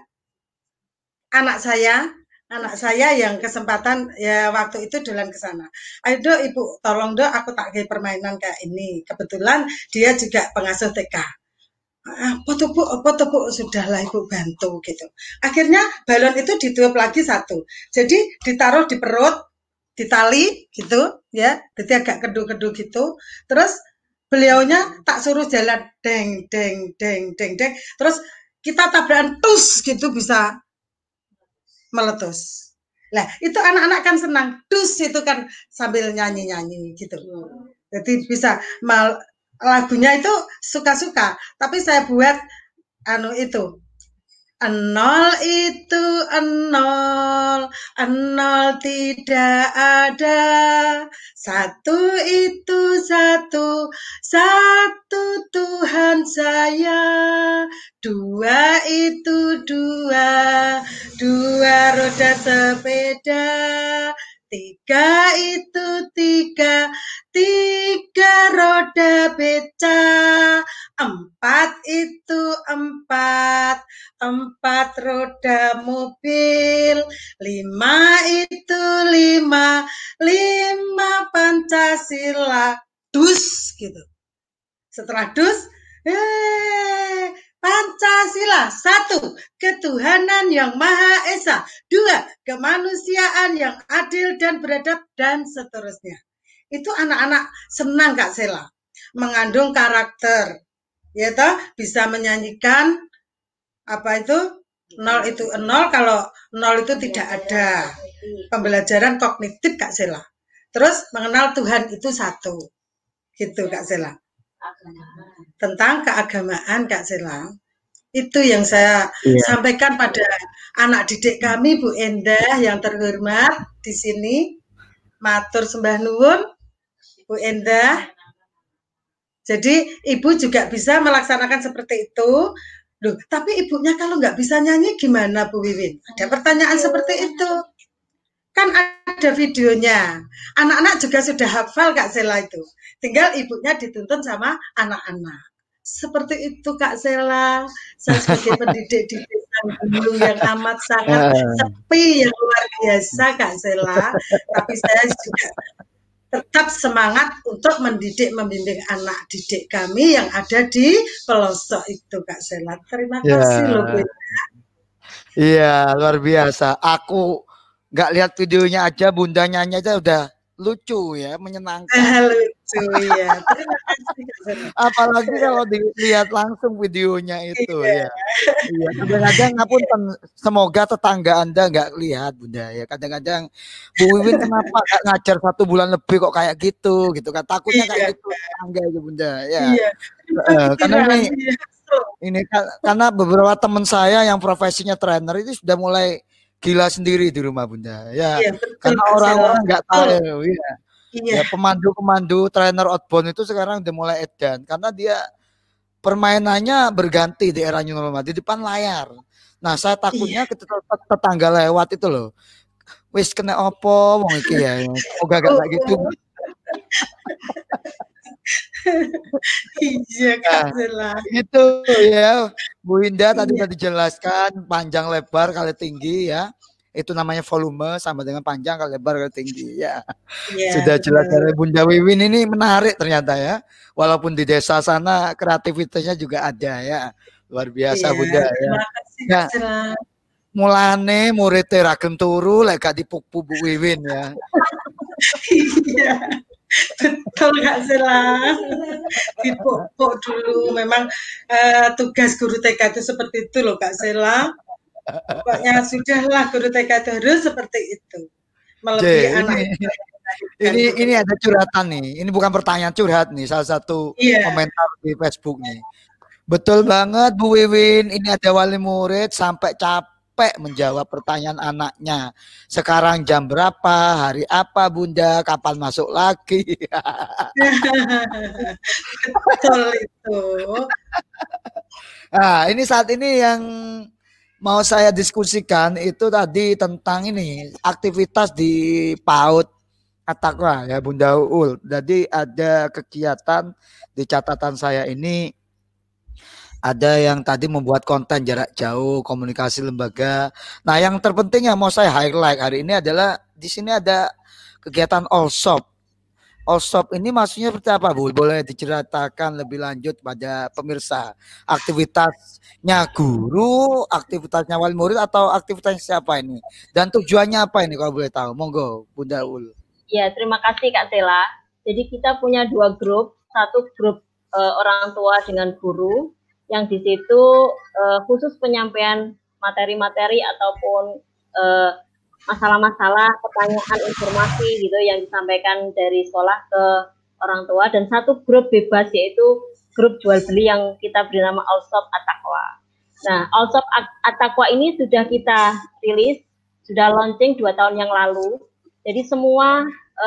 anak saya yang kesempatan ya waktu itu dolan ke sana. Ayo dok ibu, tolong dok aku tak kayak permainan kayak ini. Kebetulan dia juga pengasuh TK. Apa tuh bu, sudahlah ibu bantu gitu. Akhirnya balon itu ditiup lagi satu. Jadi ditaruh di perut, ditali gitu ya, jadi agak kedu-kedu gitu. Terus beliaunya tak suruh jalan deng deng deng deng deng. Terus kita tabrakan tus gitu bisa meletus. Lah, itu anak-anak kan senang. Dus itu kan sambil nyanyi-nyanyi gitu. Jadi bisa lagunya itu suka-suka, tapi saya buat itu nol itu nol, nol tidak ada. Satu itu satu, satu Tuhan saya. Dua itu dua, dua roda sepeda. Tiga itu tiga, tiga roda beca. Empat itu empat, empat roda mobil. Lima itu lima, lima Pancasila. Dus gitu. Setelah dus, Pancasila. Satu, ketuhanan yang Maha Esa. Dua, kemanusiaan yang adil dan beradab, dan seterusnya. Itu anak-anak senang Kak Sela. Mengandung karakter. Ya toh, bisa menyanyikan apa itu nol itu nol, kalau nol itu tidak ada. Pembelajaran kognitif Kak Sela. Terus mengenal Tuhan itu satu. Gitu Kak Sela. Tentang keagamaan Kak Sela. Itu yang saya sampaikan pada anak didik kami Bu Endah yang terhormat di sini. Matur sembah nuwun Bu Endah. Jadi ibu juga bisa melaksanakan seperti itu. Loh, tapi ibunya kalau nggak bisa nyanyi gimana Bu Wiwin? Ada pertanyaan seperti itu. Kan ada videonya. Anak-anak juga sudah hafal Kak Sela itu. Tinggal ibunya dituntun sama anak-anak. Seperti itu Kak Sela. Saya sebagai pendidik di desa Gunung yang amat sangat sepi yang luar biasa Kak Sela. Tapi saya juga tetap semangat untuk mendidik, membimbing anak didik kami yang ada di pelosok itu Kak Sela. Terima kasih loh Bu. Iya, luar biasa. Aku nggak lihat videonya aja, bunda nyanyi aja udah lucu ya, menyenangkan. Lucu ya. Terima kasih Kak Sela. Apalagi kalau dilihat langsung videonya itu ya. Iya, kadang-kadang pun semoga tetangga Anda nggak lihat bunda ya. Kadang-kadang Bu Wiwin kenapa nggak ngajar 1 bulan lebih kok kayak gitu kan? Takutnya kayak gitu tetangga itu bunda ya. Iya. Karena ini karena beberapa teman saya yang profesinya trainer itu sudah mulai gila sendiri di rumah bunda ya. Karena orang-orang nggak tahu ya. Ya pemandu trainer outbound itu sekarang udah mulai edan karena dia permainannya berganti di era new normal di depan layar. Nah, saya takutnya ketika tetangga lewat itu loh. Wis kena opo wong iki ya. Semoga gak kayak gitu. Iya Kak Sela. Gitu ya. Bu Indah tadi sudah dijelaskan panjang lebar kali tinggi ya. Itu namanya volume sama dengan panjang kali lebar kali tinggi ya. Iya, Sudah jelas betul. dari Bunda Wiwin ini menarik ternyata ya. Walaupun di desa sana kreativitasnya juga ada ya. Luar biasa Iya, Bunda ya. terima kasih Kak Ya, Sela. mulane murid ragem turu lek gak dipuk-puk Bu Wiwin ya. Iya, betul Kak Sela. Dipuk-puk dulu. Memang tugas guru TK itu seperti itu loh Kak Sela. Pokoknya sudahlah guru TK itu harus seperti itu. Melebihi J, anak ini ada curhatan nih. Ini bukan pertanyaan curhat nih, salah satu Iya. komentar di Facebook nih. Betul banget Bu Wiwin, ini ada wali murid sampai capek menjawab pertanyaan anaknya. Sekarang jam berapa, hari apa Bunda, kapan masuk lagi. Betul itu. Nah, ini saat ini yang mau saya diskusikan itu tadi tentang ini aktivitas di PAUD At-Taqwa ya Bunda Uul. Jadi ada kegiatan di catatan saya ini, ada yang tadi membuat konten jarak jauh, komunikasi lembaga. Nah, yang terpenting yang mau saya highlight hari ini adalah di sini ada kegiatan All Shop. All Shop ini maksudnya seperti apa Bu? Boleh diceritakan lebih lanjut pada pemirsa. Aktivitasnya guru, aktivitasnya wali murid atau aktivitasnya siapa ini? Dan tujuannya apa ini kalau boleh tahu? Monggo Bunda Ul. Ya, terima kasih Kak Sela. Jadi kita punya 2 grup, satu grup orang tua dengan guru, yang di situ khusus penyampaian materi-materi ataupun masalah-masalah, pertanyaan, informasi gitu yang disampaikan dari sekolah ke orang tua, dan satu grup bebas yaitu grup jual beli yang kita beri nama All Shop At-Taqwa. Nah, All Shop At-Taqwa ini sudah kita rilis, sudah launching 2 tahun yang lalu. Jadi semua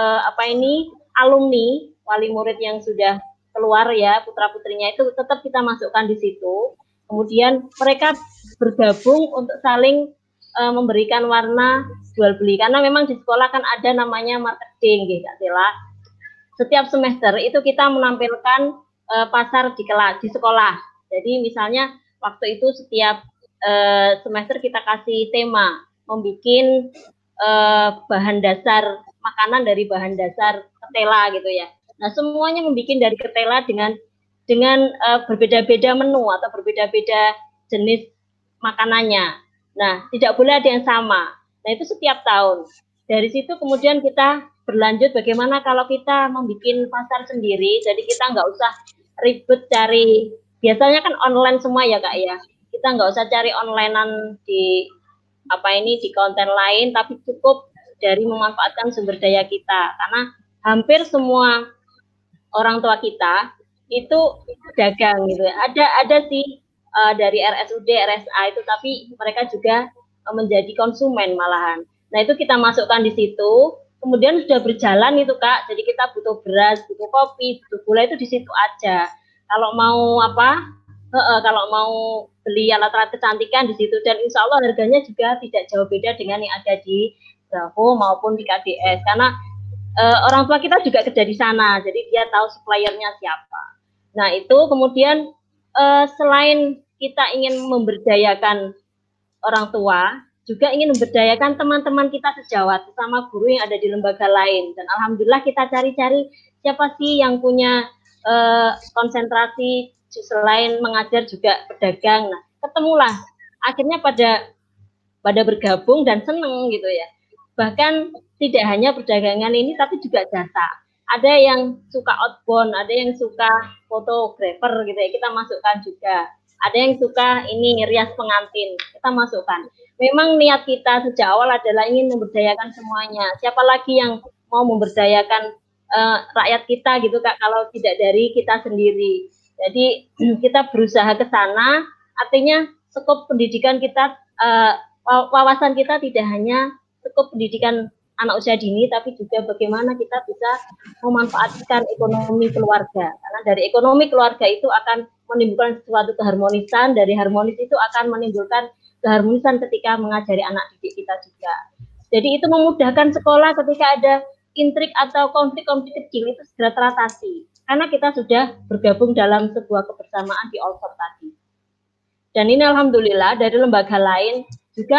alumni wali murid yang sudah keluar ya, putra-putrinya itu tetap kita masukkan di situ. Kemudian mereka bergabung untuk saling memberikan warna jual beli, karena memang di sekolah kan ada namanya marketing gitu Kak Sela. Setiap semester itu kita menampilkan pasar di sekolah. Jadi misalnya waktu itu setiap semester kita kasih tema membuat bahan dasar makanan dari bahan dasar ketela gitu ya. Nah, semuanya membuat dari ketela dengan berbeda-beda menu atau berbeda-beda jenis makanannya. Nah, tidak boleh ada yang sama. Nah, itu setiap tahun. Dari situ kemudian kita berlanjut bagaimana kalau kita membuat pasar sendiri. Jadi kita nggak usah ribet cari. Biasanya kan online semua ya Kak ya. Kita nggak usah cari onlinean di konten lain, tapi cukup dari memanfaatkan sumber daya kita. Karena hampir semua orang tua kita itu dagang gitu. Ada sih dari RSUD, RSA itu, tapi mereka juga menjadi konsumen malahan. Nah, itu kita masukkan di situ. Kemudian sudah berjalan itu Kak. Jadi kita butuh beras, butuh kopi, butuh gula itu di situ aja. Kalau mau kalau mau beli alat-alat kecantikan di situ, dan insya Allah harganya juga tidak jauh beda dengan yang ada di Bravo maupun di KDS, karena orang tua kita juga kerja di sana, jadi dia tahu suppliernya siapa. Nah, itu kemudian selain kita ingin memberdayakan orang tua, juga ingin memberdayakan teman-teman kita sejawat, bersama guru yang ada di lembaga lain. Dan alhamdulillah kita cari-cari siapa sih yang punya konsentrasi selain mengajar juga pedagang. Nah, ketemulah akhirnya pada bergabung dan seneng gitu ya. Bahkan tidak hanya perdagangan ini, tapi juga jasa. Ada yang suka outbound, ada yang suka fotografer gitu ya, kita masukkan juga. Ada yang suka ini rias pengantin, kita masukkan. Memang niat kita sejak awal adalah ingin memberdayakan semuanya. Siapa lagi yang mau memberdayakan rakyat kita gitu Kak, kalau tidak dari kita sendiri. Jadi kita berusaha ke sana, artinya skop pendidikan kita, wawasan kita tidak hanya skop pendidikan anak usia dini, tapi juga bagaimana kita bisa memanfaatkan ekonomi keluarga. Karena dari ekonomi keluarga itu akan menimbulkan suatu keharmonisan, dari harmonis itu akan menimbulkan keharmonisan ketika mengajari anak didik kita juga. Jadi itu memudahkan sekolah ketika ada intrik atau konflik-konflik kecil itu segera teratasi. Karena kita sudah bergabung dalam sebuah kebersamaan di All Shop tadi. Dan ini alhamdulillah dari lembaga lain juga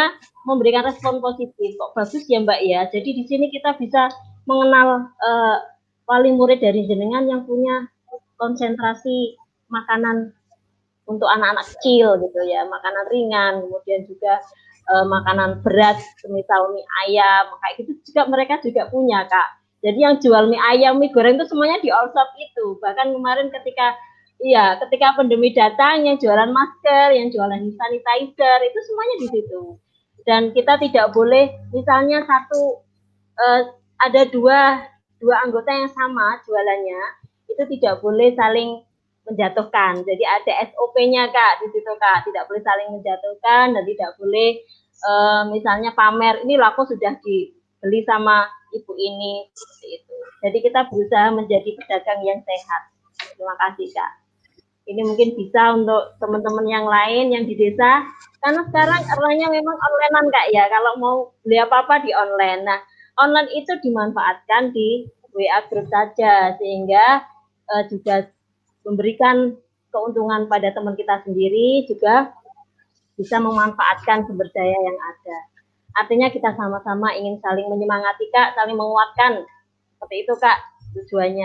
memberikan respon positif. Kok bagus ya Mbak ya. Jadi di sini kita bisa mengenal wali murid dari jenengan yang punya konsentrasi makanan untuk anak-anak kecil gitu ya, makanan ringan, kemudian juga makanan berat, misal mie ayam, kayak gitu juga mereka juga punya Kak. Jadi yang jual mie ayam, mie goreng itu semuanya di all shop itu. Bahkan kemarin ketika pandemi datang, yang jualan masker, yang jualan sanitizer, itu semuanya di situ. Dan kita tidak boleh, misalnya ada dua anggota yang sama jualannya, itu tidak boleh saling menjatuhkan. Jadi ada SOP-nya Kak di situ Kak, tidak boleh saling menjatuhkan dan tidak boleh misalnya pamer ini laku sudah dibeli sama ibu ini seperti itu. Jadi kita berusaha menjadi pedagang yang sehat. Terima kasih Kak. Ini mungkin bisa untuk teman-teman yang lain yang di desa, karena sekarang eranya memang onlinean Kak ya. Kalau mau beli apa-apa di online. Nah, online itu dimanfaatkan di WA group saja sehingga juga memberikan keuntungan pada teman kita sendiri, juga bisa memanfaatkan sumber daya yang ada. Artinya kita sama-sama ingin saling menyemangati Kak, saling menguatkan. Seperti itu Kak tujuannya.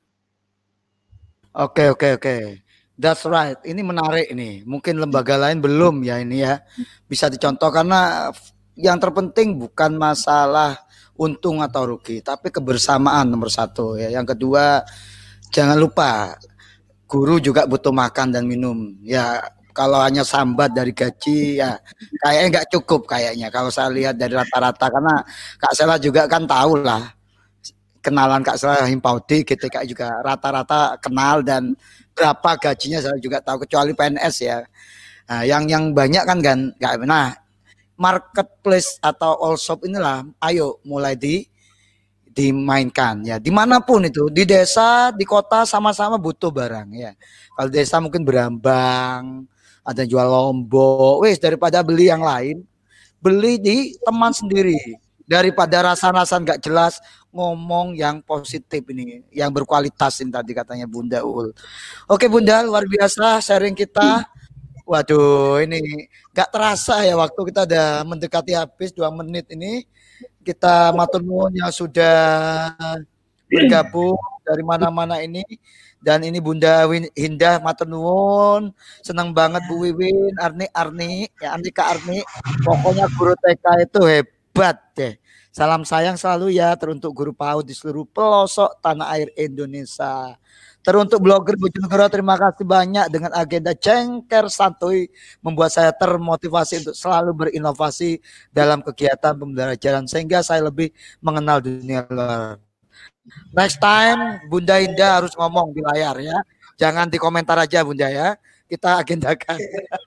Oke. That's right. Ini menarik ini. Mungkin lembaga lain belum ya ini ya. Bisa dicontoh karena yang terpenting bukan masalah untung atau rugi, tapi kebersamaan nomor satu ya. Yang kedua, jangan lupa guru juga butuh makan dan minum. Ya, kalau hanya sambat dari gaji ya kayaknya nggak cukup kayaknya. Kalau saya lihat dari rata-rata, karena Kak Sela juga kan tahu lah, kenalan Kak Sela Himpaudi ketika juga rata-rata kenal dan berapa gajinya saya juga tahu, kecuali PNS ya. Nah, yang banyak kan nggak. Nah, marketplace atau all shop inilah ayo mulai dimainkan ya, dimanapun itu, di desa, di kota, sama-sama butuh barang ya. Kalau desa mungkin berambang, ada jual lombok, wes daripada beli yang lain, beli di teman sendiri, daripada rasa-rasa nggak jelas, ngomong yang positif ini, yang berkualitas ini tadi katanya Bunda Ul. Oke Bunda, luar biasa sharing kita. Waduh, ini nggak terasa ya, waktu kita udah mendekati habis 2 menit ini. Kita matur nuwun yang sudah bergabung dari mana-mana ini, dan ini Bunda Hindah matur nuwun, senang banget Bu Wiwin, Arni ya, Andika Arni, pokoknya guru TK itu hebat deh. Salam sayang selalu ya teruntuk guru PAUD di seluruh pelosok tanah air Indonesia. Teruntuk blogger Bojonegoro, terima kasih banyak dengan agenda cengker santuy membuat saya termotivasi untuk selalu berinovasi dalam kegiatan pembelajaran sehingga saya lebih mengenal dunia luar. Next time Bunda Indah harus ngomong di layar ya. Jangan di komentar aja Bunda ya. Kita agendakan.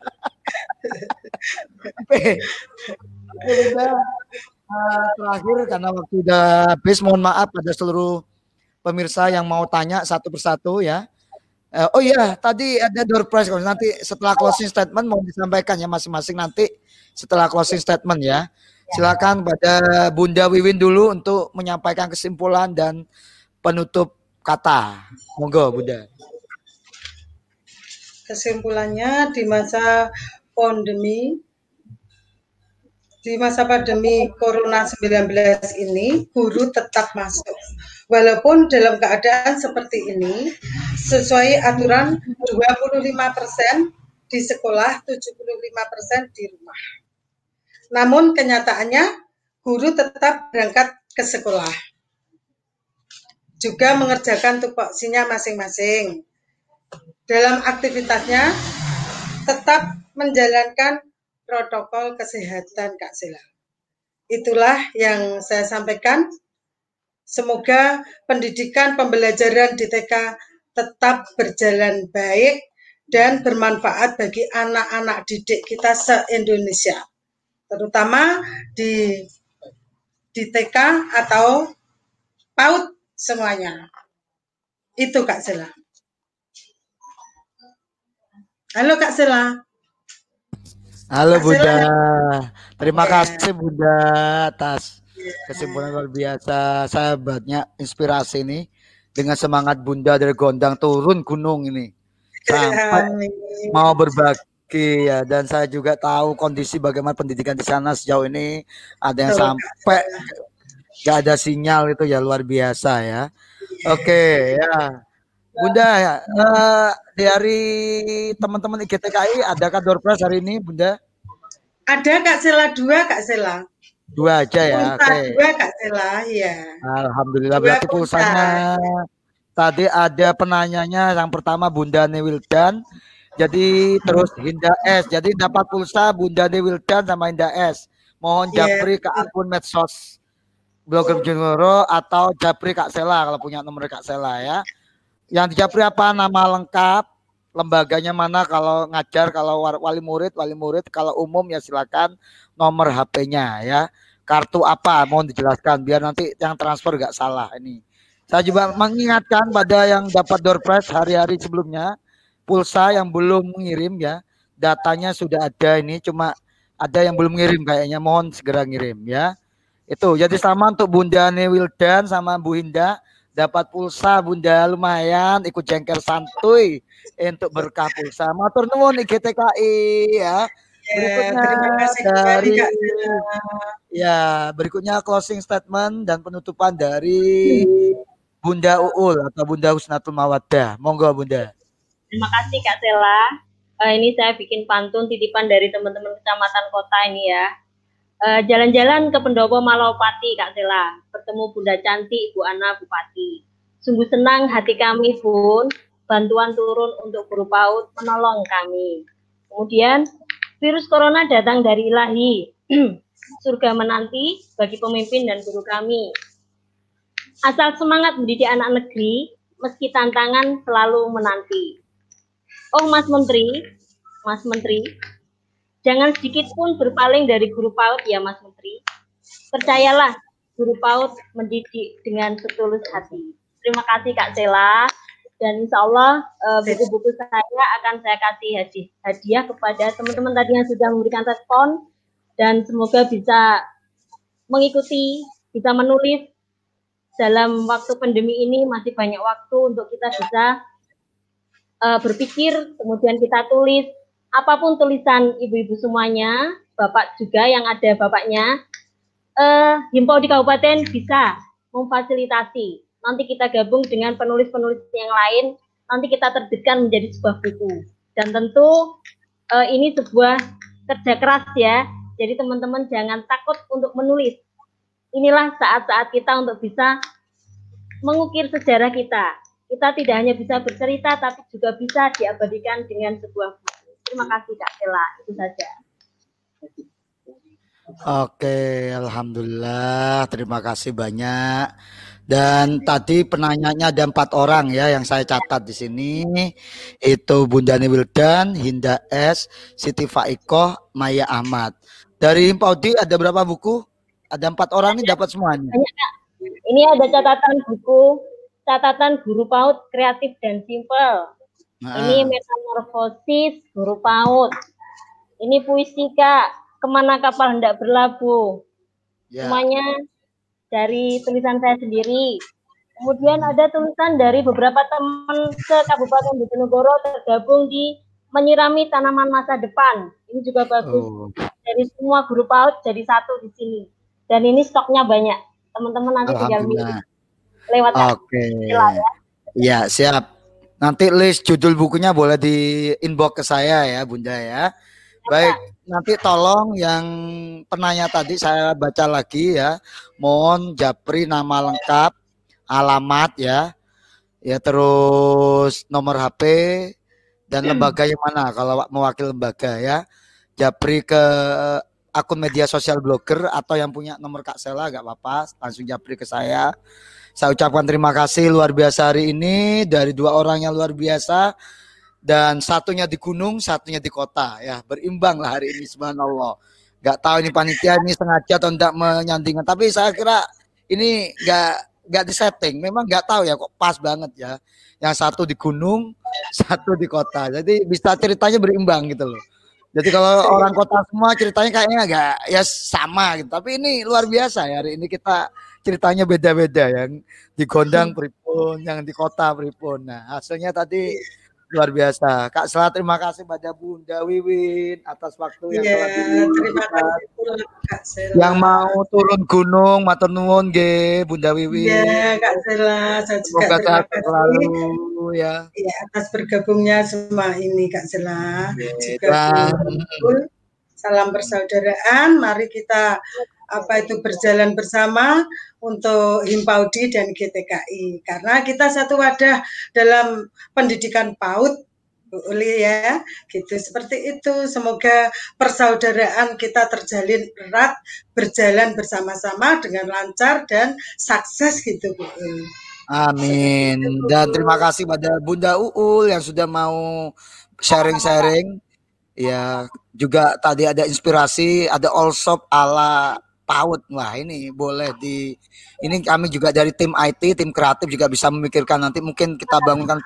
Bunda, terakhir karena waktu udah habis, mohon maaf pada seluruh pemirsa yang mau tanya satu persatu ya. Oh iya, tadi ada door prize, nanti setelah closing statement mau disampaikan ya masing-masing nanti setelah closing statement ya. Silakan pada Bunda Wiwin dulu untuk menyampaikan kesimpulan dan penutup kata. Monggo Bunda. Kesimpulannya di masa pandemi Corona 19 ini, guru tetap masuk. Walaupun dalam keadaan seperti ini, sesuai aturan 25% di sekolah, 75% di rumah. Namun kenyataannya, guru tetap berangkat ke sekolah. Juga mengerjakan tupoksinya masing-masing. Dalam aktivitasnya, tetap menjalankan protokol kesehatan Kak Sela. Itulah yang saya sampaikan. Semoga pendidikan pembelajaran di TK tetap berjalan baik dan bermanfaat bagi anak-anak didik kita se-Indonesia, terutama di TK atau PAUD semuanya. Itu Kak Sela. Halo Kak Sela. Halo Bunda. Terima kasih Bunda atas kesimpulan luar biasa. Saya banyak inspirasi ini dengan semangat Bunda dari Gondang turun gunung ini sampai mau berbagi rezeki ya, dan saya juga tahu kondisi bagaimana pendidikan di sana sejauh ini, ada yang Betul, Kak sampai Stella. nggak ada sinyal, itu ya luar biasa ya. Oke ya, Bunda ya, dari teman-teman IGTKI adakah door prize hari ini Bunda? Ada Kak Sela 2, Kak Sela. 2 aja ya, Pulsa oke. 2, Kak Sela, ya. Alhamdulillah, 2 berarti pulsa. pulsanya tadi ada penanyanya, yang pertama Bunda Newildan, jadi terus Hinda S. Jadi dapat pulsa Bunda Newildan sama Hinda S. Mohon Iya, japri ke akun medsos Blogger Bojonegoro atau japri Kak Sela kalau punya nomor Kak Sela ya. Yang dijapri apa? Nama lengkap, lembaganya mana kalau ngajar, kalau wali murid, kalau umum ya silakan nomor HP-nya ya. Kartu apa mohon dijelaskan biar nanti yang transfer gak salah ini. Saya juga mengingatkan pada yang dapat door prize hari-hari sebelumnya, pulsa yang belum mengirim ya, datanya sudah ada, ini cuma ada yang belum ngirim kayaknya, mohon segera ngirim ya. Itu jadi sama untuk Bunda Newildan sama Bu Hinda, dapat pulsa Bunda, lumayan ikut jengkel santuy untuk berkah pulsa. Matur nuwun IGTKI ya. ya, Berikutnya terima kasih kembali dari Kak Sela. berikutnya closing statement dan penutupan dari Bunda Uul atau Bunda Husnatul Mawaddah. Monggo Bunda. Terima kasih Kak Sela. Ini saya bikin pantun titipan dari teman-teman kecamatan kota ini ya. Jalan-jalan ke Pendopo Malawpati Kak Sela, bertemu Bunda Cantik, Ibu Ana, Bupati. Sungguh senang hati kami Bun, bantuan turun untuk guru PAUD menolong kami. Kemudian virus corona datang dari ilahi, surga menanti bagi pemimpin dan guru kami. Asal semangat mendidik anak negeri, meski tantangan selalu menanti. Oh Mas Menteri, jangan sedikit pun berpaling dari guru PAUD ya Mas Menteri. Percayalah, guru PAUD mendidik dengan setulus hati. Terima kasih Kak Sela. Dan insya Allah buku-buku saya akan saya kasih hadiah kepada teman-teman tadi yang sudah memberikan respon. Dan semoga bisa mengikuti, bisa menulis. Dalam waktu pandemi ini masih banyak waktu untuk kita bisa berpikir, kemudian kita tulis. Apapun tulisan ibu-ibu semuanya, bapak juga yang ada bapaknya, himpau di kabupaten bisa memfasilitasi. Nanti kita gabung dengan penulis-penulis yang lain, nanti kita terbitkan menjadi sebuah buku. Dan tentu ini sebuah kerja keras ya, jadi teman-teman jangan takut untuk menulis. Inilah saat-saat kita untuk bisa mengukir sejarah kita. Kita tidak hanya bisa bercerita, tapi juga bisa diabadikan dengan sebuah buku. Terima kasih Kak Sela, itu saja. Oke, alhamdulillah, terima kasih banyak. Dan tadi penanyanya ada 4 orang ya yang saya catat di sini. Itu Bunda Newildan, Hinda S, Siti Faikoh, Maya Ahmad. Dari Paudi ada berapa buku? Ada 4 orang ini dapat semuanya. Ini ada catatan guru PAUD kreatif dan simpel. Ini metamorfosis guru PAUD. Ini puisi Kak, kemana kapal hendak berlabuh. Semuanya dari tulisan saya sendiri. Kemudian ada tulisan dari beberapa teman se Kabupaten Bojonegoro tergabung di menyirami tanaman masa depan. Ini juga bagus. Dari semua guru PAUD jadi satu di sini. Dan ini stoknya banyak. Teman-teman nanti tinggal milih lewat ya. Ya, siap. Nanti list judul bukunya boleh di inbox ke saya ya, Bunda ya. Baik, nanti tolong yang penanya tadi saya baca lagi ya. Mohon japri nama lengkap, alamat ya. Ya, terus nomor HP dan lembaga yang mana kalau mewakili lembaga ya. Japri ke akun media sosial blogger atau yang punya nomor Kak Sela gak apa-apa, langsung japri ke saya. Saya ucapkan terima kasih luar biasa hari ini dari 2 orang yang luar biasa, dan satunya di gunung, satunya di kota ya, berimbang lah hari ini, subhanallah. Gak tahu ini panitia ini sengaja atau tidak menyandingkan, tapi saya kira ini gak disetting, memang gak tahu ya kok pas banget ya. Yang satu di gunung, satu di kota, jadi bisa ceritanya berimbang gitu loh. Jadi kalau orang kota semua ceritanya kayaknya agak ya sama gitu. Tapi ini luar biasa ya, hari ini kita ceritanya beda-beda, yang di Gondang pripun, yang di kota pripun. Nah, hasilnya tadi luar biasa. Kak Sela, terima kasih pada Bunda Wiwin atas waktu yang Iya, telah terima diberikan. kasih pula Kak Sela. Yang mau turun gunung, matur nuwun nggih Bunda Iya, Wiwin. Kak Sela, saya juga Semoga terima sehat kasih selalu ya. ya atas bergabungnya semua ini Kak Sela. Oke, Juga dan Bu, salam persaudaraan. Mari kita berjalan bersama untuk Himpaudi dan GTKI karena kita satu wadah dalam pendidikan PAUD Bu Uli ya, gitu seperti itu. Semoga persaudaraan kita terjalin erat, berjalan bersama-sama dengan lancar dan sukses gitu Bu Uli. amin. Dan terima kasih pada Bunda Uul yang sudah mau sharing-sharing. Ya, juga tadi ada inspirasi, ada all shop ala PAUD. Wah, ini boleh ini kami juga dari tim IT, tim kreatif juga bisa memikirkan nanti mungkin kita bangunkan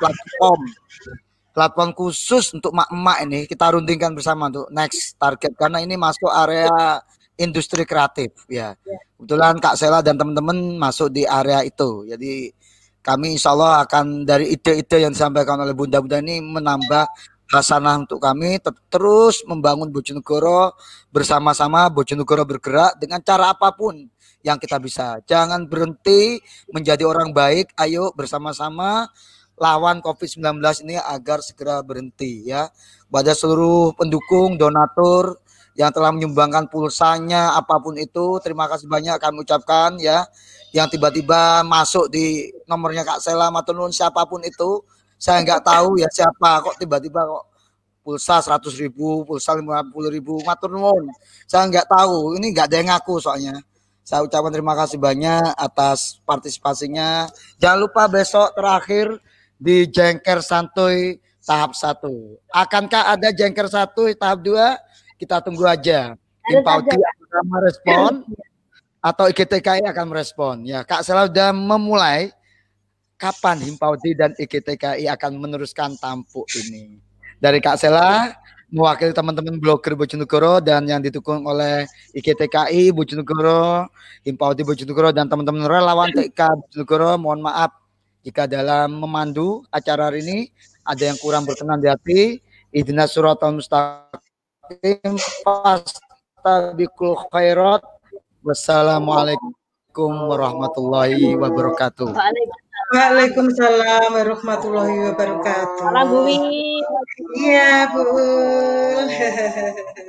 platform khusus untuk emak-emak ini kita rundingkan bersama untuk next target karena ini masuk area industri kreatif ya. Kebetulan Kak Sela dan teman-teman masuk di area itu. Jadi kami insya Allah akan dari ide-ide yang disampaikan oleh Bunda-Bunda ini menambah hasanah untuk kami terus membangun Bojonegoro bersama-sama. Bojonegoro bergerak dengan cara apapun yang kita bisa. Jangan berhenti menjadi orang baik. Ayo bersama-sama lawan COVID-19 ini agar segera berhenti ya. Pada seluruh pendukung, donatur yang telah menyumbangkan pulsanya apapun itu, terima kasih banyak kami ucapkan ya. Yang tiba-tiba masuk di nomornya Kak Sela matur nuwun siapapun itu, saya nggak tahu ya siapa kok tiba-tiba kok pulsa 100.000, pulsa 50.000, matur nuwun. Saya nggak tahu, ini nggak ada yang ngaku soalnya. Saya ucapkan terima kasih banyak atas partisipasinya. Jangan lupa besok terakhir di Jengker Santuy tahap 1. Akankah ada Jengker Santuy tahap 2? Kita tunggu aja. Himpaudi akan merespon atau IGTKI akan merespon. Ya, Kak Sela sudah memulai kapan Himpaudi dan IGTKI akan meneruskan tampuk ini. Dari Kak Sela mewakili teman-teman blogger Bojonegoro dan yang didukung oleh IGTKI Bojonegoro, Himpaudi Bojonegoro dan teman-teman relawan TK Bojonegoro, mohon maaf jika dalam memandu acara hari ini ada yang kurang berkenan di hati. Ihdinas siratal mustaqim, fastabiqul khairat. Wassalamualaikum warahmatullahi wabarakatuh. Waalaikumsalam warahmatullahi wabarakatuh. Salam Bu Wiwin. Iya Bu.